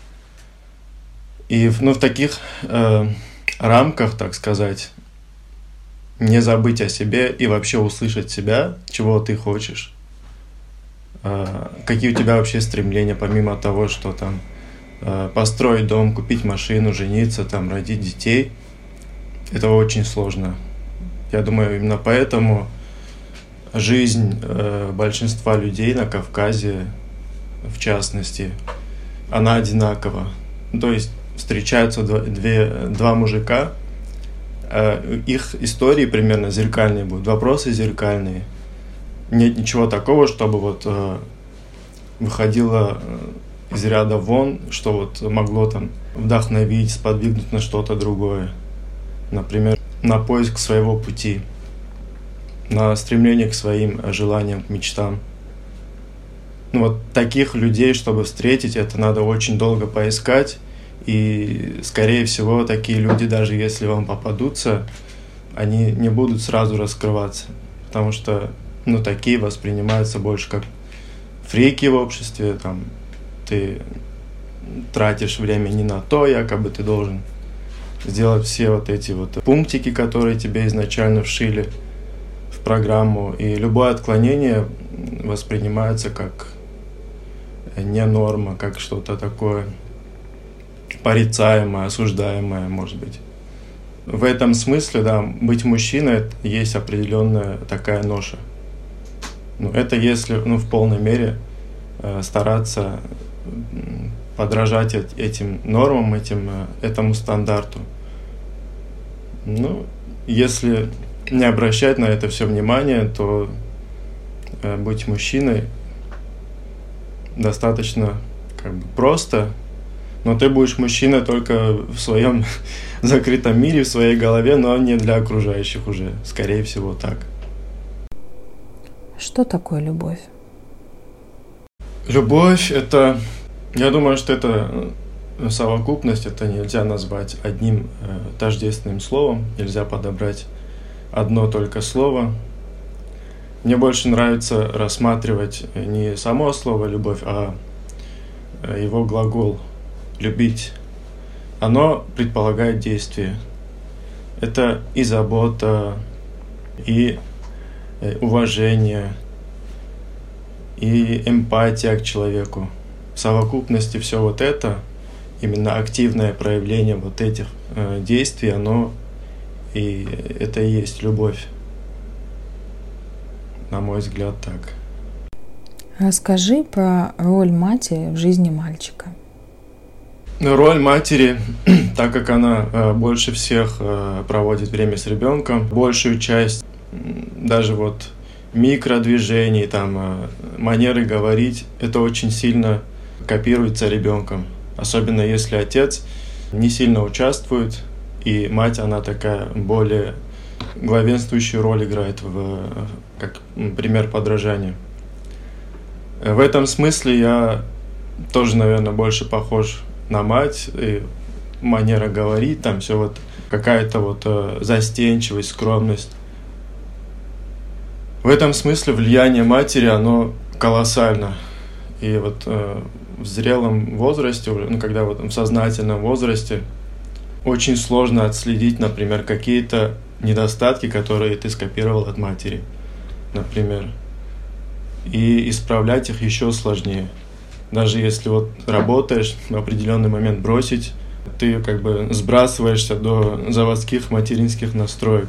И ну, в таких э, рамках, так сказать, не забыть о себе и вообще услышать себя, чего ты хочешь, э, какие у тебя вообще стремления, помимо того, что там э, построить дом, купить машину, жениться, там, родить детей. Это очень сложно. Я думаю, именно поэтому жизнь э, большинства людей на Кавказе, в частности, она одинакова. То есть встречаются два, две, два мужика, э, их истории примерно зеркальные будут, вопросы зеркальные. Нет ничего такого, чтобы вот э, выходило из ряда вон, что вот могло там вдохновить, сподвигнуть на что-то другое. Например, на поиск своего пути, на стремление к своим желаниям, к мечтам. Ну вот таких людей, чтобы встретить, это надо очень долго поискать. И, скорее всего, такие люди, даже если вам попадутся, они не будут сразу раскрываться. Потому что, ну, такие воспринимаются больше как фрики в обществе. Там, ты тратишь время не на то, якобы ты должен сделать все вот эти вот пунктики, которые тебе изначально вшили в программу. И любое отклонение воспринимается как не норма, как что-то такое порицаемое, осуждаемое, может быть. В этом смысле, да, быть мужчиной – это есть определенная такая ноша. Ну, это если, ну, в полной мере э, стараться подражать этим нормам, этим, этому стандарту. Ну, если не обращать на это все внимание, то э, быть мужчиной достаточно как бы просто, но ты будешь мужчиной только в своем закрытом мире, в своей голове, но не для окружающих уже, скорее всего, так. Что такое любовь? Любовь – это, я думаю, что это совокупность, это нельзя назвать одним э, тождественным словом, нельзя подобрать одно только слово. Мне больше нравится рассматривать не само слово «любовь», а его глагол «любить». Оно предполагает действие. Это и забота, и уважение, и эмпатия к человеку. В совокупности все вот это, именно активное проявление вот этих э, действий, оно и это и есть любовь. На мой взгляд, так. Расскажи про роль матери в жизни мальчика. Роль матери, так как она э, больше всех э, проводит время с ребенком, большую часть даже вот микродвижений, там, э, манеры говорить, это очень сильно копируется ребенком. Особенно если отец не сильно участвует, и мать, она такая более главенствующую роль играет, в, как пример подражания. В этом смысле я тоже, наверное, больше похож на мать, и манера говорить, там все вот какая-то вот э, застенчивость, скромность. В этом смысле влияние матери, оно колоссально. И вот э, в зрелом возрасте, ну, когда вот в сознательном возрасте, очень сложно отследить, например, какие-то недостатки, которые ты скопировал от матери, например. И исправлять их еще сложнее. Даже если вот работаешь, в определенный момент бросить, ты как бы сбрасываешься до заводских материнских настроек.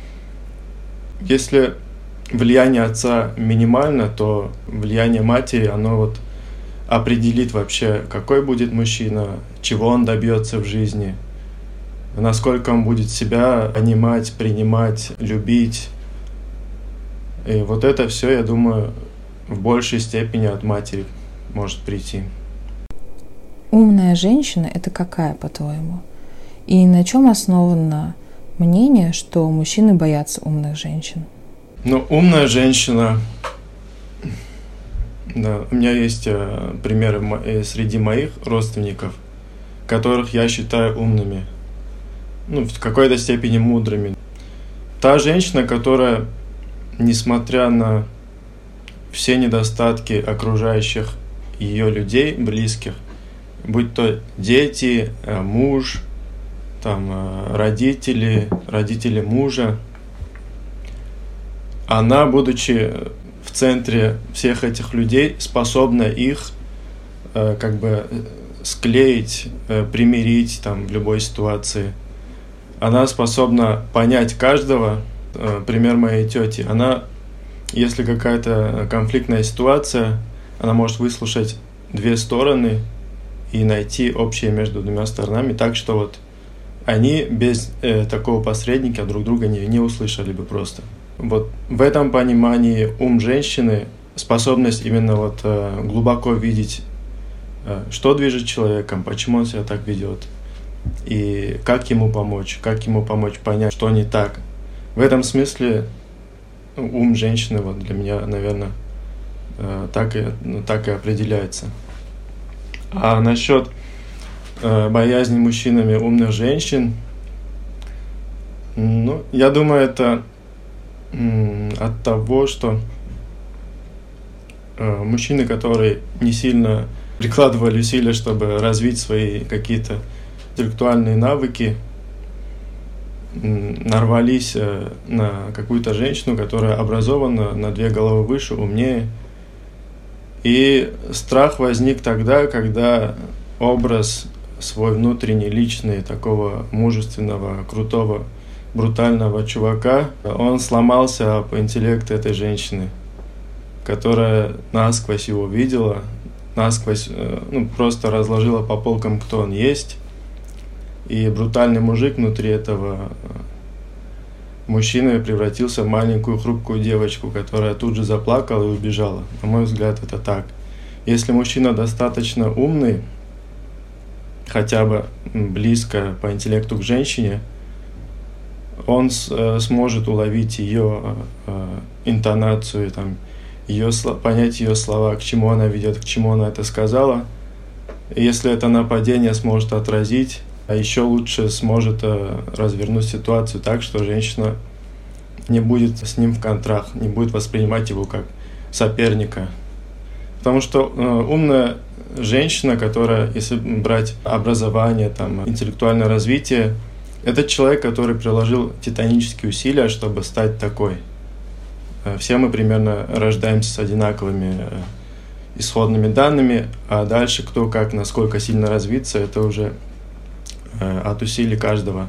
Если влияние отца минимально, то влияние матери, оно вот определит вообще, какой будет мужчина, чего он добьется в жизни, насколько он будет себя понимать, принимать, любить. И вот это все, я думаю, в большей степени от матери может прийти. Умная женщина – это какая, по-твоему? И на чем основано мнение, что мужчины боятся умных женщин? Ну, умная женщина... Да, у меня есть э, примеры мо- среди моих родственников, которых я считаю умными, ну, в какой-то степени мудрыми. Та женщина, которая, несмотря на все недостатки окружающих ее людей, близких, будь то дети, э, муж, там, э, родители, родители мужа, она, будучи в центре всех этих людей, способна их э, как бы склеить, э, примирить там, в любой ситуации. Она способна понять каждого. Э, пример моей тети. Она, если какая-то конфликтная ситуация, она может выслушать две стороны и найти общее между двумя сторонами, так что вот они без э, такого посредника друг друга не, не услышали бы просто. Вот в этом понимании ум женщины, способность именно вот э, глубоко видеть, э, что движет человеком, почему он себя так ведет, и как ему помочь, как ему помочь понять, что не так. В этом смысле ум женщины вот для меня, наверное, э, так и, ну, так и определяется. А насчет э, боязни мужчинами умных женщин, ну, я думаю, это от того, что э, мужчины, которые не сильно прикладывали усилия, чтобы развить свои какие-то интеллектуальные навыки, нарвались э, на какую-то женщину, которая образована на две головы выше, умнее. И страх возник тогда, когда образ свой внутренний, личный, такого мужественного, крутого, брутального чувака, он сломался об интеллект этой женщины, которая насквозь его видела, насквозь, ну, просто разложила по полкам, кто он есть. И брутальный мужик внутри этого мужчины превратился в маленькую хрупкую девочку, которая тут же заплакала и убежала. На мой взгляд, это так. Если мужчина достаточно умный, хотя бы близко по интеллекту к женщине, он с, сможет уловить ее э, интонацию, там, ее, понять ее слова, к чему она ведет, к чему она это сказала. И если это нападение, сможет отразить, а еще лучше сможет э, развернуть ситуацию так, что женщина не будет с ним в контрах, не будет воспринимать его как соперника. Потому что э, умная женщина, которая, если брать образование, там, интеллектуальное развитие, это человек, который приложил титанические усилия, чтобы стать такой. Все мы примерно рождаемся с одинаковыми исходными данными, а дальше кто как, насколько сильно развиться, это уже от усилий каждого.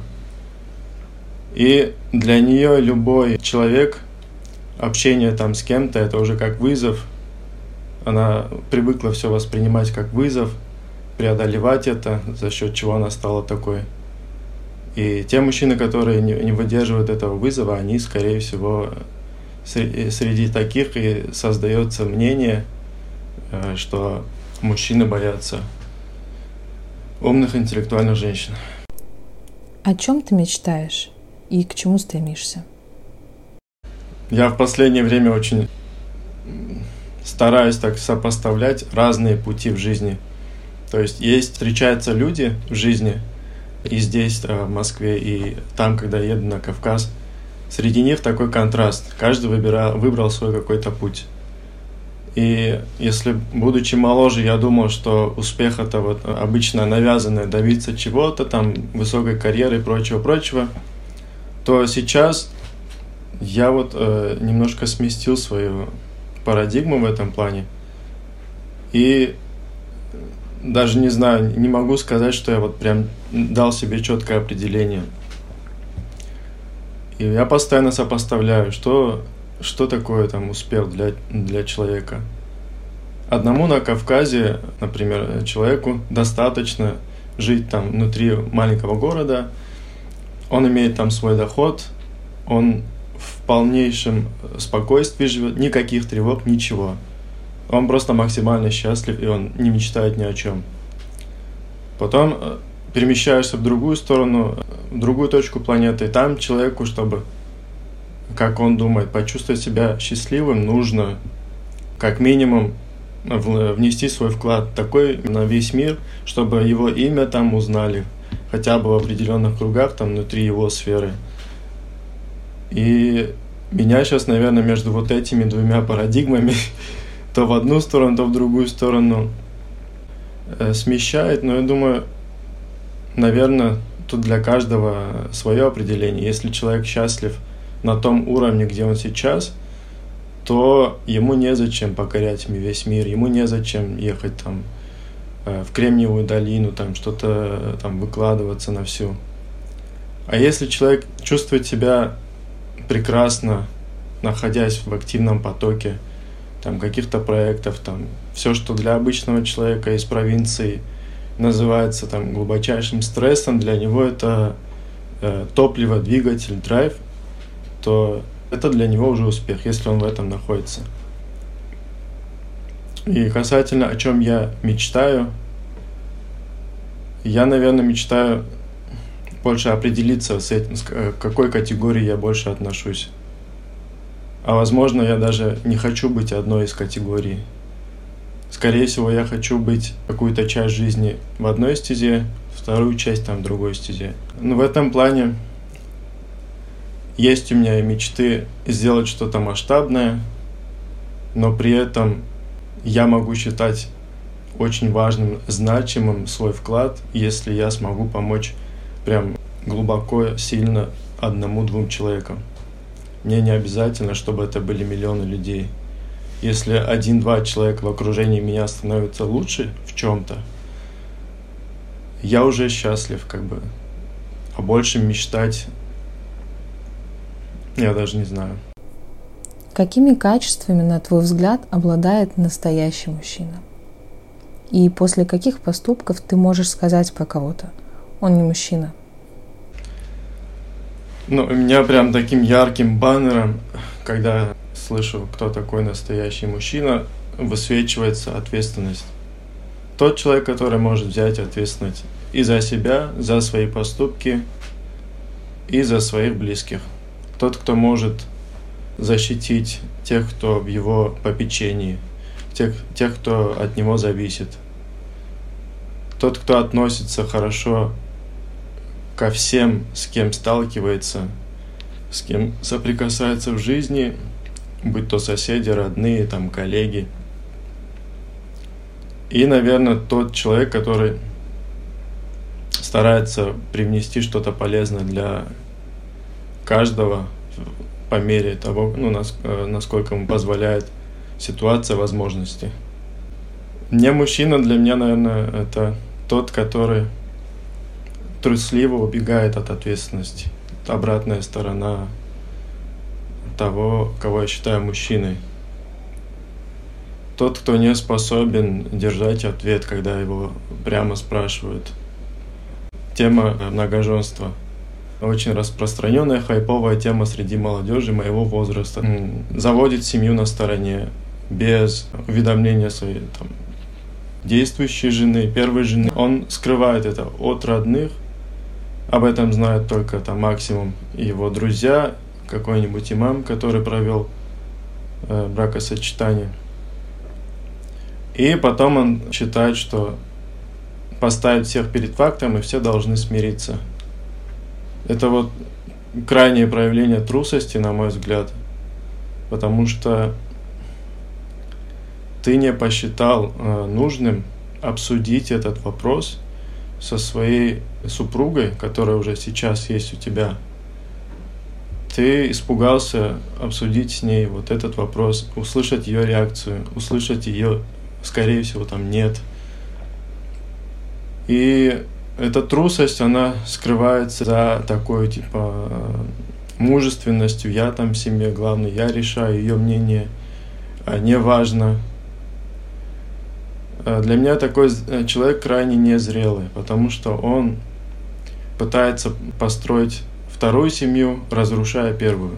И для нее любой человек, общение там с кем-то, это уже как вызов. Она привыкла все воспринимать как вызов, преодолевать это, за счет чего она стала такой. И те мужчины, которые не, не выдерживают этого вызова, они, скорее всего, среди, среди таких и создается мнение, что мужчины боятся умных интеллектуальных женщин. О чем ты мечтаешь и к чему стремишься? Я в последнее время очень стараюсь так сопоставлять разные пути в жизни. То есть есть, встречаются люди в жизни, и здесь, в Москве, и там, когда я еду на Кавказ, среди них такой контраст. Каждый выбирал, выбрал свой какой-то путь. И если, будучи моложе, я думал, что успех — это вот обычно навязанное добиться чего-то, там, высокой карьеры и прочего-прочего, то сейчас я вот э, немножко сместил свою парадигму в этом плане. И даже не знаю, не могу сказать, что я вот прям дал себе четкое определение. И я постоянно сопоставляю, что, что такое там успех для, для человека. Одному на Кавказе, например, человеку достаточно жить там внутри маленького города, он имеет там свой доход, он в полнейшем спокойствии живет, никаких тревог, ничего. Он просто максимально счастлив, и он не мечтает ни о чем. Потом перемещаешься в другую сторону, в другую точку планеты, и там человеку, чтобы, как он думает, почувствовать себя счастливым, нужно как минимум внести свой вклад такой на весь мир, чтобы его имя там узнали, хотя бы в определенных кругах, там внутри его сферы. И меня сейчас, наверное, между вот этими двумя парадигмами то в одну сторону, то в другую сторону э, смещает, но я думаю, наверное, тут для каждого свое определение. Если человек счастлив на том уровне, где он сейчас, то ему незачем покорять весь мир, ему незачем ехать там э, в Кремниевую долину, там что-то там выкладываться на всю. А если человек чувствует себя прекрасно, находясь в активном потоке там каких-то проектов, там все, что для обычного человека из провинции называется там глубочайшим стрессом, для него это э, топливо, двигатель, драйв, то это для него уже успех, если он в этом находится. И касательно, о чем я мечтаю, я, наверное, мечтаю больше определиться с этим, к какой категории я больше отношусь. А возможно, я даже не хочу быть одной из категорий. Скорее всего, я хочу быть какую-то часть жизни в одной стезе, вторую часть там в другой стезе. Но в этом плане есть у меня и мечты сделать что-то масштабное, но при этом я могу считать очень важным, значимым свой вклад, если я смогу помочь прям глубоко, сильно одному-двум человекам. Мне не обязательно, чтобы это были миллионы людей. Если один-два человека в окружении меня становятся лучше в чем-то, я уже счастлив, как бы. О большем мечтать я даже не знаю. Какими качествами, на твой взгляд, обладает настоящий мужчина? И после каких поступков ты можешь сказать про кого-то: он не мужчина? Ну, у меня прям таким ярким баннером, когда слышу, кто такой настоящий мужчина, высвечивается ответственность. Тот человек, который может взять ответственность и за себя, за свои поступки, и за своих близких. Тот, кто может защитить тех, кто в его попечении, тех, тех, кто от него зависит. Тот, кто относится хорошо ко всем, с кем сталкивается, с кем соприкасается в жизни, будь то соседи, родные, там, коллеги. И, наверное, тот человек, который старается привнести что-то полезное для каждого по мере того, ну, нас, насколько ему позволяет ситуация, возможности. Не мужчина для меня, наверное, это тот, который трусливо убегает от ответственности. Это обратная сторона того, кого я считаю мужчиной. Тот, кто не способен держать ответ, когда его прямо спрашивают. Тема многоженства. Очень распространенная хайповая тема среди молодежи моего возраста. Заводит семью на стороне, без уведомления своей там, действующей жены, первой жены. Он скрывает это от родных. Об этом знают только там, максимум его друзья, какой-нибудь имам, который провел э, бракосочетание. И потом он считает, что поставит всех перед фактом, и все должны смириться. Это вот крайнее проявление трусости, на мой взгляд, потому что ты не посчитал э, нужным обсудить этот вопрос со своей супругой, которая уже сейчас есть у тебя. Ты испугался обсудить с ней вот этот вопрос, услышать ее реакцию, услышать ее, скорее всего, там нет. И эта трусость, она скрывается за такой, типа, мужественностью. Я там в семье главный, я решаю, ее мнение не важно. Для меня такой человек крайне незрелый, потому что он пытается построить вторую семью, разрушая первую.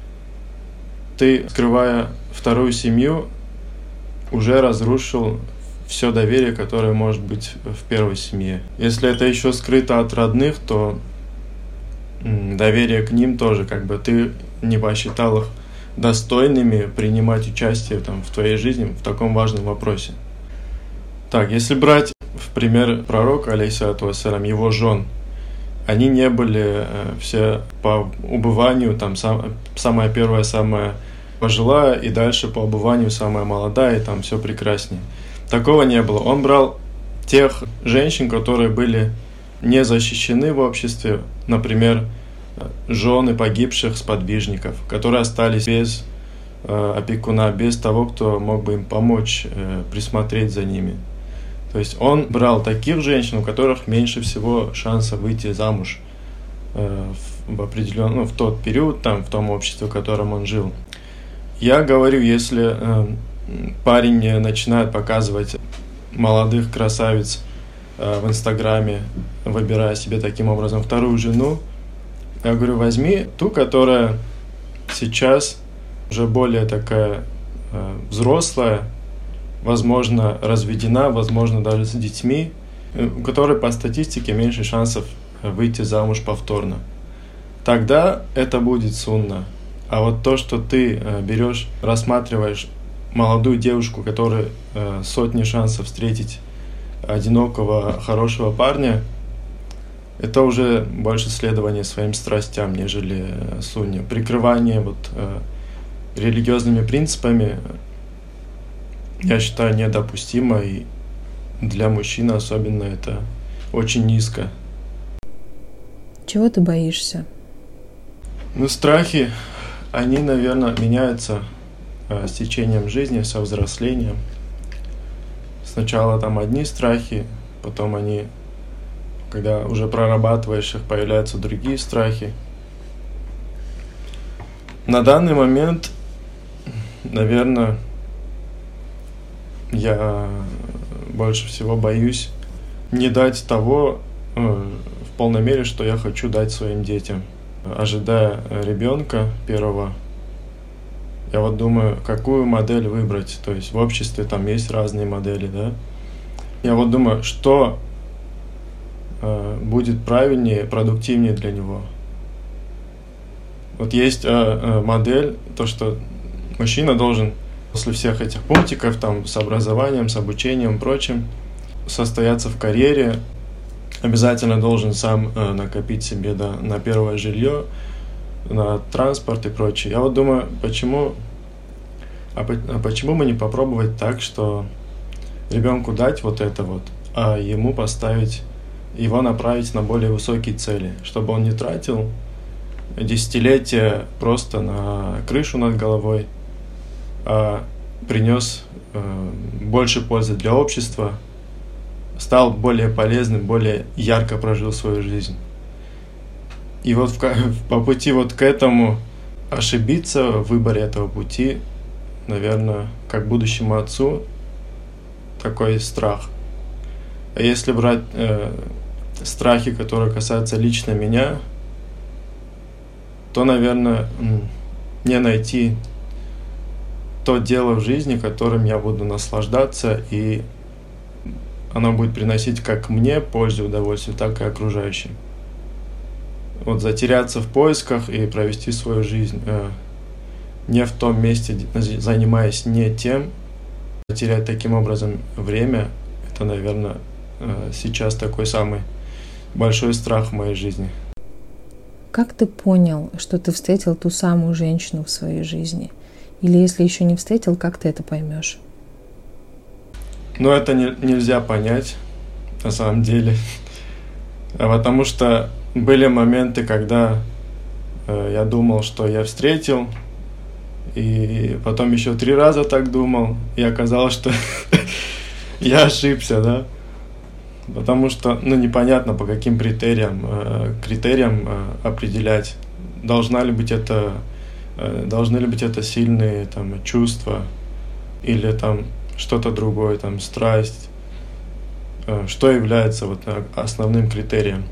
Ты, скрывая вторую семью, уже разрушил все доверие, которое может быть в первой семье. Если это еще скрыто от родных, то доверие к ним тоже, как бы ты не посчитал их достойными принимать участие там, в твоей жизни в таком важном вопросе. Так, если брать в пример пророка, алейхиссалату вассалям, его жен, они не были э, все по убыванию, там сам, самая первая, самая пожилая, и дальше по убыванию самая молодая, и там все прекраснее. Такого не было. Он брал тех женщин, которые были не защищены в обществе, например, жены погибших сподвижников, которые остались без э, опекуна, без того, кто мог бы им помочь э, присмотреть за ними. То есть он брал таких женщин, у которых меньше всего шанса выйти замуж э, в, в определенный, ну, в тот период, там, в том обществе, в котором он жил. Я говорю, если э, парень начинает показывать молодых красавиц э, в Инстаграме, выбирая себе таким образом вторую жену, я говорю, возьми ту, которая сейчас уже более такая э, взрослая, возможно, разведена, возможно, даже с детьми, у которой по статистике меньше шансов выйти замуж повторно. Тогда это будет сунна. А вот то, что ты берешь, рассматриваешь молодую девушку, которая сотни шансов встретить одинокого, хорошего парня, это уже больше следование своим страстям, нежели сунне. Прикрывание вот, религиозными принципами я считаю недопустимо, и для мужчины особенно это очень низко. Чего ты боишься? Ну, страхи, они, наверное, меняются э, с течением жизни, со взрослением. Сначала там одни страхи, потом они когда уже прорабатываешь их, появляются другие страхи. На данный момент, наверное, я больше всего боюсь не дать того э, в полной мере, что я хочу дать своим детям. Ожидая ребенка первого, я вот думаю, какую модель выбрать. То есть в обществе там есть разные модели, да. Я вот думаю, что э, будет правильнее, продуктивнее для него. Вот есть э, э, модель, то, что мужчина должен после всех этих пунктиков, там, с образованием, с обучением и прочим, состояться в карьере, обязательно должен сам э, накопить себе, да, на первое жилье, на транспорт и прочее. Я вот думаю, почему, а, а почему бы не попробовать так, что ребенку дать вот это вот, а ему поставить, его направить на более высокие цели, чтобы он не тратил десятилетия просто на крышу над головой, а принес э, больше пользы для общества, стал более полезным, более ярко прожил свою жизнь. И вот в, по пути вот к этому ошибиться в выборе этого пути, наверное, как будущему отцу, такой страх. А если брать э, страхи, которые касаются лично меня, то, наверное, не найти то дело в жизни, которым я буду наслаждаться, и оно будет приносить как мне пользу, удовольствие, так и окружающим. Вот затеряться в поисках и провести свою жизнь э, не в том месте, занимаясь не тем, терять таким образом время, это, наверное, э, сейчас такой самый большой страх в моей жизни. Как ты понял, что ты встретил ту самую женщину в своей жизни? Или если еще не встретил, как ты это поймешь? Ну, это не, нельзя понять, на самом деле. Потому что были моменты, когда э, я думал, что я встретил, и потом еще три раза так думал, и оказалось, что я ошибся, да. Потому что, ну, непонятно, по каким критериям, э, критериям э, определять, должна ли быть это, э, должны ли быть это сильные там чувства, или там что-то другое, там страсть, э, что является вот основным критерием.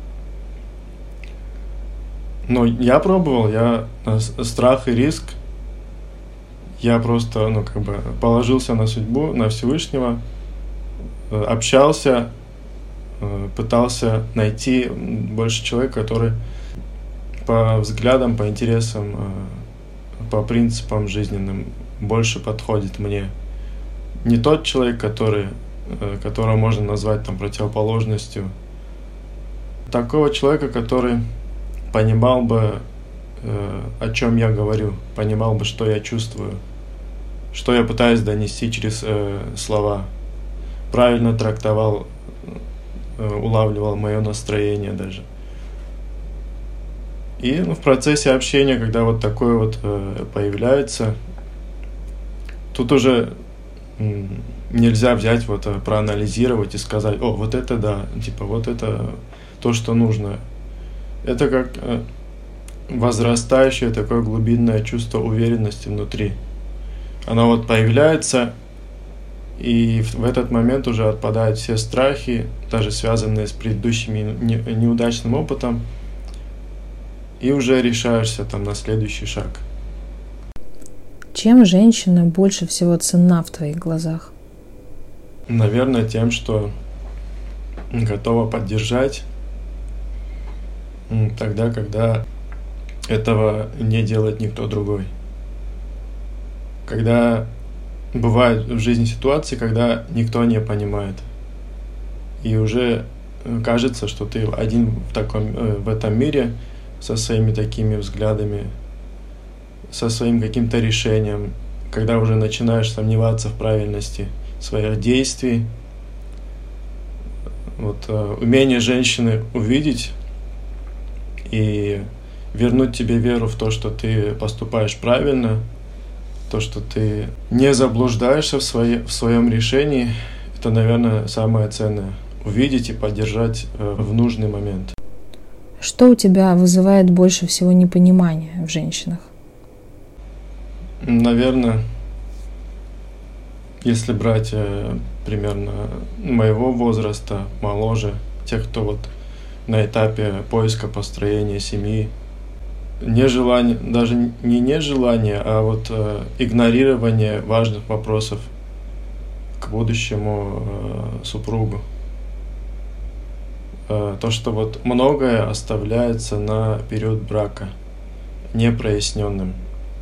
Но я пробовал, я э, страх и риск, я просто, ну, как бы положился на судьбу, на Всевышнего, э, общался, пытался найти больше человека, который по взглядам, по интересам, по принципам жизненным больше подходит мне. Не тот человек, который, которого можно назвать там противоположностью. Такого человека, который понимал бы, о чем я говорю, понимал бы, что я чувствую, что я пытаюсь донести через слова, правильно трактовал, улавливал мое настроение даже. И, ну, в процессе общения, когда вот такое вот э, появляется, тут уже м, нельзя взять, вот, проанализировать и сказать: о, вот это да, типа, вот это то, что нужно. Это как э, возрастающее такое глубинное чувство уверенности внутри. Оно вот появляется, и в этот момент уже отпадают все страхи, даже связанные с предыдущим неудачным опытом, и уже решаешься там на следующий шаг. Чем женщина больше всего ценна в твоих глазах? Наверное, тем, что готова поддержать тогда, когда этого не делает никто другой. Когда бывают в жизни ситуации, когда никто не понимает. И уже кажется, что ты один в, таком, в этом мире со своими такими взглядами, со своим каким-то решением, когда уже начинаешь сомневаться в правильности своих действий. Вот, умение женщины увидеть и вернуть тебе веру в то, что ты поступаешь правильно, то, что ты не заблуждаешься в, своей, в своем решении, это, наверное, самое ценное увидеть и поддержать э, в нужный момент. Что у тебя вызывает больше всего непонимания в женщинах? Наверное, если брать э, примерно моего возраста, моложе, тех, кто вот на этапе поиска построения семьи, нежелание, даже не нежелание, а вот э, игнорирование важных вопросов к будущему э, супругу. Э, то, что вот многое оставляется на период брака непроясненным.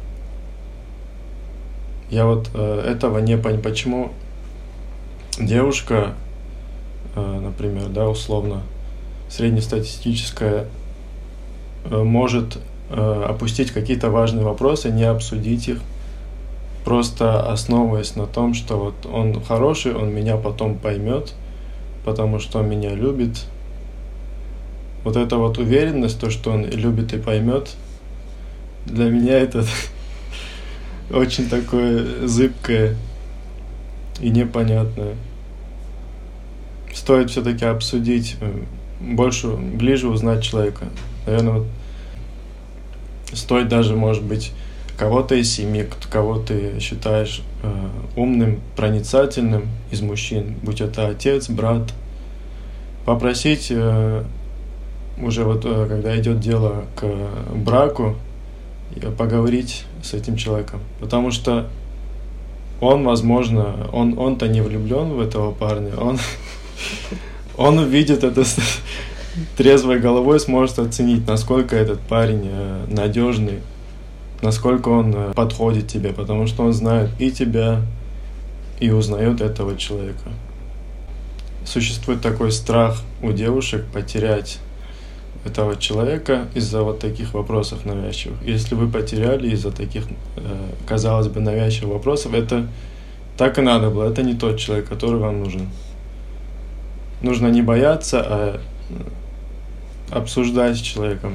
Я вот э, этого не понимаю. Почему девушка, э, например, да, условно, среднестатистическая, э, может э, опустить какие-то важные вопросы, не обсудить их, просто основываясь на том, что вот он хороший, он меня потом поймет, потому что он меня любит. Вот эта вот уверенность, то, что он любит и поймет, для меня это очень такое зыбкое и непонятное. Стоит все-таки обсудить, больше, ближе узнать человека. Наверное, вот стоит даже, может быть, кого-то из семьи, кого ты считаешь э, умным, проницательным из мужчин, будь это отец, брат, попросить э, уже вот, э, когда идет дело к браку, поговорить с этим человеком, потому что он, возможно, он, он-то не влюблен в этого парня, он, он увидит это с трезвой головой, сможет оценить, насколько этот парень надежный, насколько он подходит тебе, потому что он знает и тебя, и узнает этого человека. Существует такой страх у девушек потерять этого человека из-за вот таких вопросов навязчивых. Если вы потеряли из-за таких, казалось бы, навязчивых вопросов, это так и надо было. Это не тот человек, который вам нужен. Нужно не бояться, а обсуждать с человеком.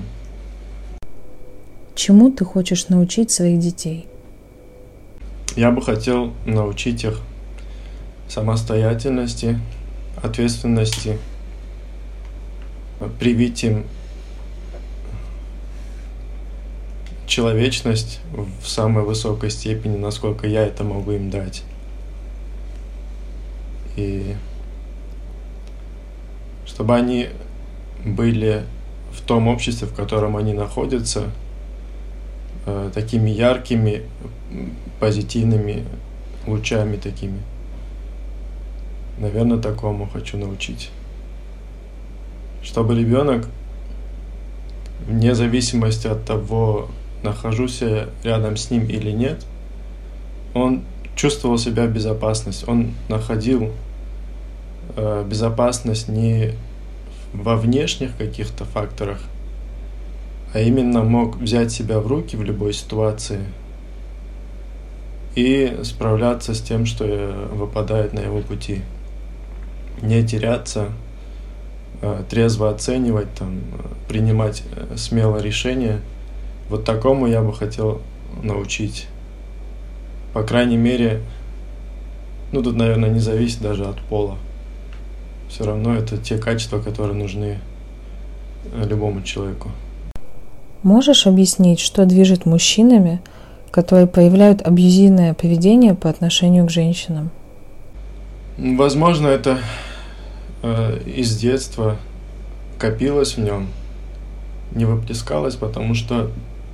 Чему ты хочешь научить своих детей? Я бы хотел научить их самостоятельности, ответственности, привить им человечность в самой высокой степени, насколько я это могу им дать. И чтобы они были в том обществе, в котором они находятся, такими яркими, позитивными лучами такими. Наверное, такому хочу научить. Чтобы ребенок, вне зависимости от того, нахожусь я рядом с ним или нет, он чувствовал себя в безопасности. Он находил э, безопасность не во внешних каких-то факторах, а именно мог взять себя в руки в любой ситуации и справляться с тем, что выпадает на его пути. Не теряться, трезво оценивать, там, принимать смело решения. Вот такому я бы хотел научить. По крайней мере, ну тут, наверное, не зависит даже от пола. Все равно это те качества, которые нужны любому человеку. Можешь объяснить, что движет мужчинами, которые проявляют абьюзивное поведение по отношению к женщинам? Возможно, это э, из детства копилось в нем, не выплескалось, потому что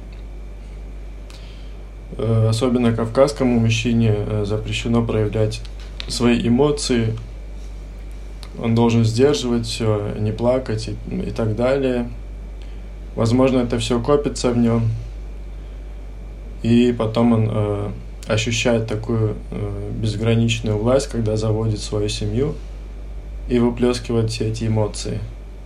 э, особенно кавказскому мужчине э, запрещено проявлять свои эмоции. Он должен сдерживать все, не плакать и, и так далее. Возможно, это все копится в нем, и потом он э, ощущает такую э, безграничную власть, когда заводит свою семью и выплескивает все эти эмоции.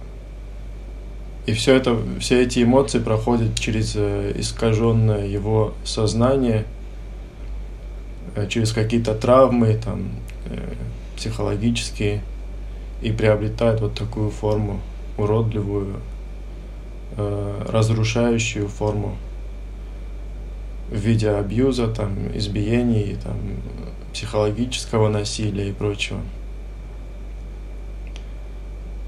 И все это, все эти эмоции проходят через э, искаженное его сознание, э, через какие-то травмы там, э, психологические, и приобретает вот такую форму, уродливую, э, разрушающую форму в виде абьюза, там, избиений, там, психологического насилия и прочего.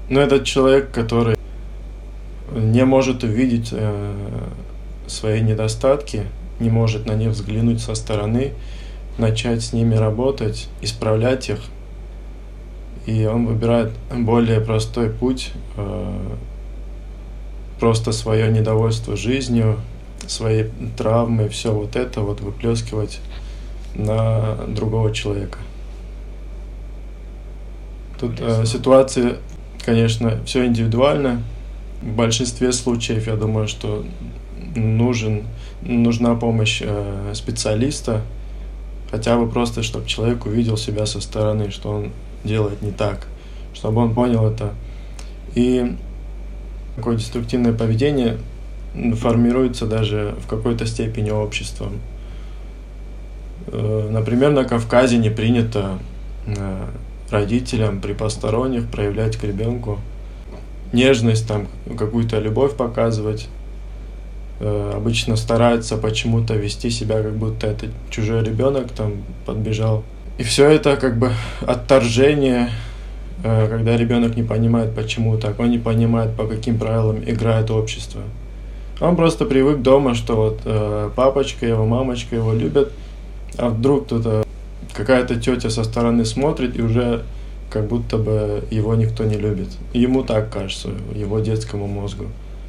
Но этот человек, который не может увидеть э, свои недостатки, не может на них взглянуть со стороны, начать с ними работать, исправлять их. И он выбирает более простой путь, э, просто свое недовольство жизнью, свои травмы, все вот это вот выплескивать на другого человека. Тут э, ситуация, конечно, все индивидуально. В большинстве случаев, я думаю, что нужен, нужна помощь э, специалиста, хотя бы просто, чтобы человек увидел себя со стороны, что он делает не так, чтобы он понял это. И такое деструктивное поведение формируется даже в какой-то степени обществом. Э, например, на Кавказе не принято э, родителям при посторонних проявлять к ребенку нежность, там, какую-то любовь показывать. Э, обычно стараются почему-то вести себя, как будто это чужой ребенок там подбежал. И все это как бы отторжение, э, когда ребенок не понимает, почему так, он не понимает, по каким правилам играет общество. Он просто привык дома, что вот э, папочка его, мамочка его любят, а вдруг тут э, какая-то тетя со стороны смотрит и уже как будто бы его никто не любит. И ему так кажется, его детскому мозгу.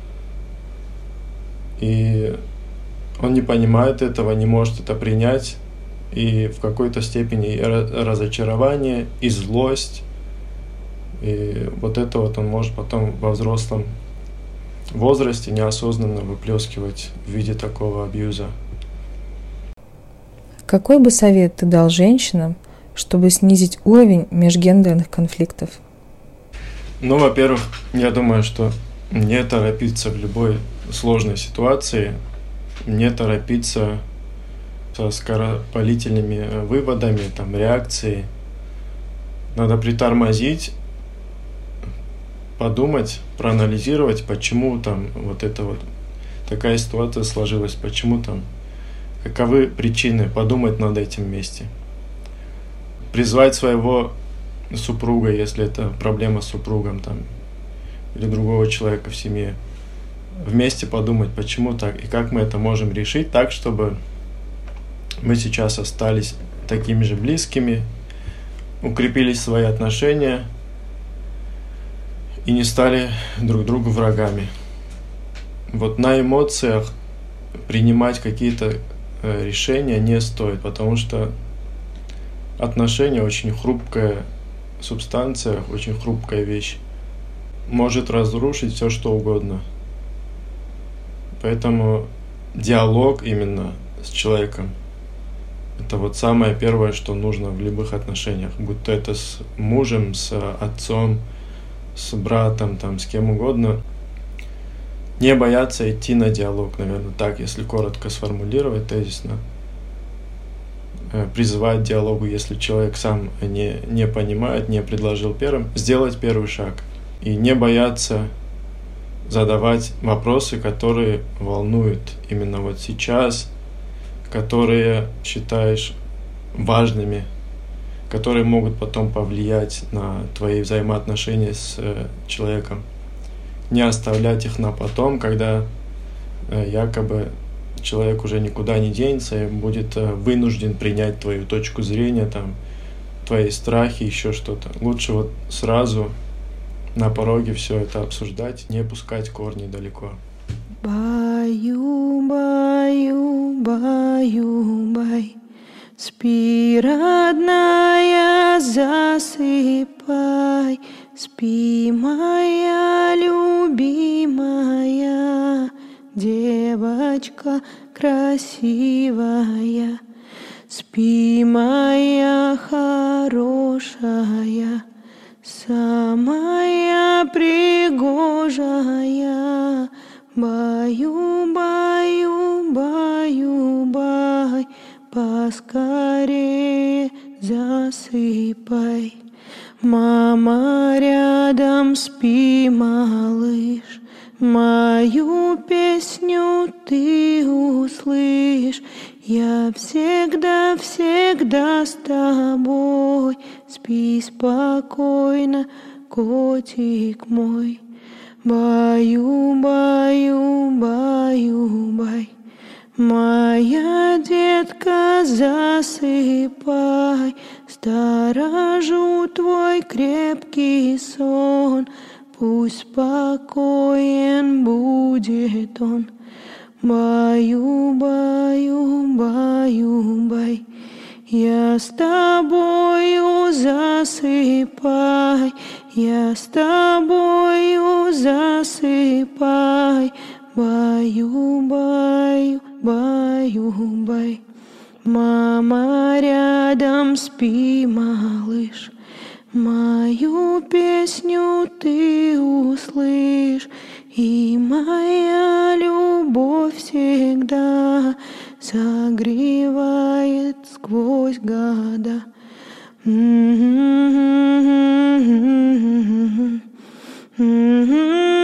И он не понимает этого, не может это принять. И в какой-то степени и разочарование, и злость. И вот это вот он может потом во взрослом возрасте неосознанно выплескивать в виде такого абьюза. Какой бы совет ты дал женщинам, чтобы снизить уровень межгендерных конфликтов? Ну, во-первых, я думаю, что не торопиться в любой сложной ситуации, не торопиться со скоропалительными выводами, там, реакцией. Надо притормозить, подумать, проанализировать, почему там вот эта вот такая ситуация сложилась, почему там, каковы причины, подумать над этим вместе. Призвать своего супруга, если это проблема с супругом там, или другого человека в семье. Вместе подумать, почему так, и как мы это можем решить так, чтобы мы сейчас остались такими же близкими, укрепились свои отношения и не стали друг другу врагами. Вот на эмоциях принимать какие-то решения не стоит, потому что отношения очень хрупкая субстанция, очень хрупкая вещь. Может разрушить все, что угодно. Поэтому диалог именно с человеком — это вот самое первое, что нужно в любых отношениях. Будь то это с мужем, с отцом, с братом, там, с кем угодно. Не бояться идти на диалог, наверное, так, если коротко сформулировать, тезисно. Призывать к диалогу, если человек сам не, не понимает, не предложил первым, сделать первый шаг. И не бояться задавать вопросы, которые волнуют именно вот сейчас, которые считаешь важными, которые могут потом повлиять на твои взаимоотношения с человеком. Не оставлять их на потом, когда якобы человек уже никуда не денется и будет вынужден принять твою точку зрения, там, твои страхи, еще что-то. Лучше вот сразу на пороге все это обсуждать, не пускать корни далеко. Баю, баю, баю, бай, спи, родная, засыпай, спи, моя любимая девочка красивая, спи, моя хорошая, самая пригожая. Баю, баю, баю, бай, поскорее засыпай. Мама рядом, спи, малыш, мою песню ты услышь. Я всегда, всегда с тобой. Спи спокойно, котик мой. Баю, баю, баю, бай. Моя детка, засыпай, сторожу твой крепкий сон, пусть спокоен будет он. Баю, баю, баю, бай. Я с тобою, засыпай, я с тобою, засыпай. Баю, баю, баю, бай. Мама рядом, спи, малыш. Мою песню ты услышь, и моя любовь всегда согревает сквозь года. Mm-hmm. Mm-hmm.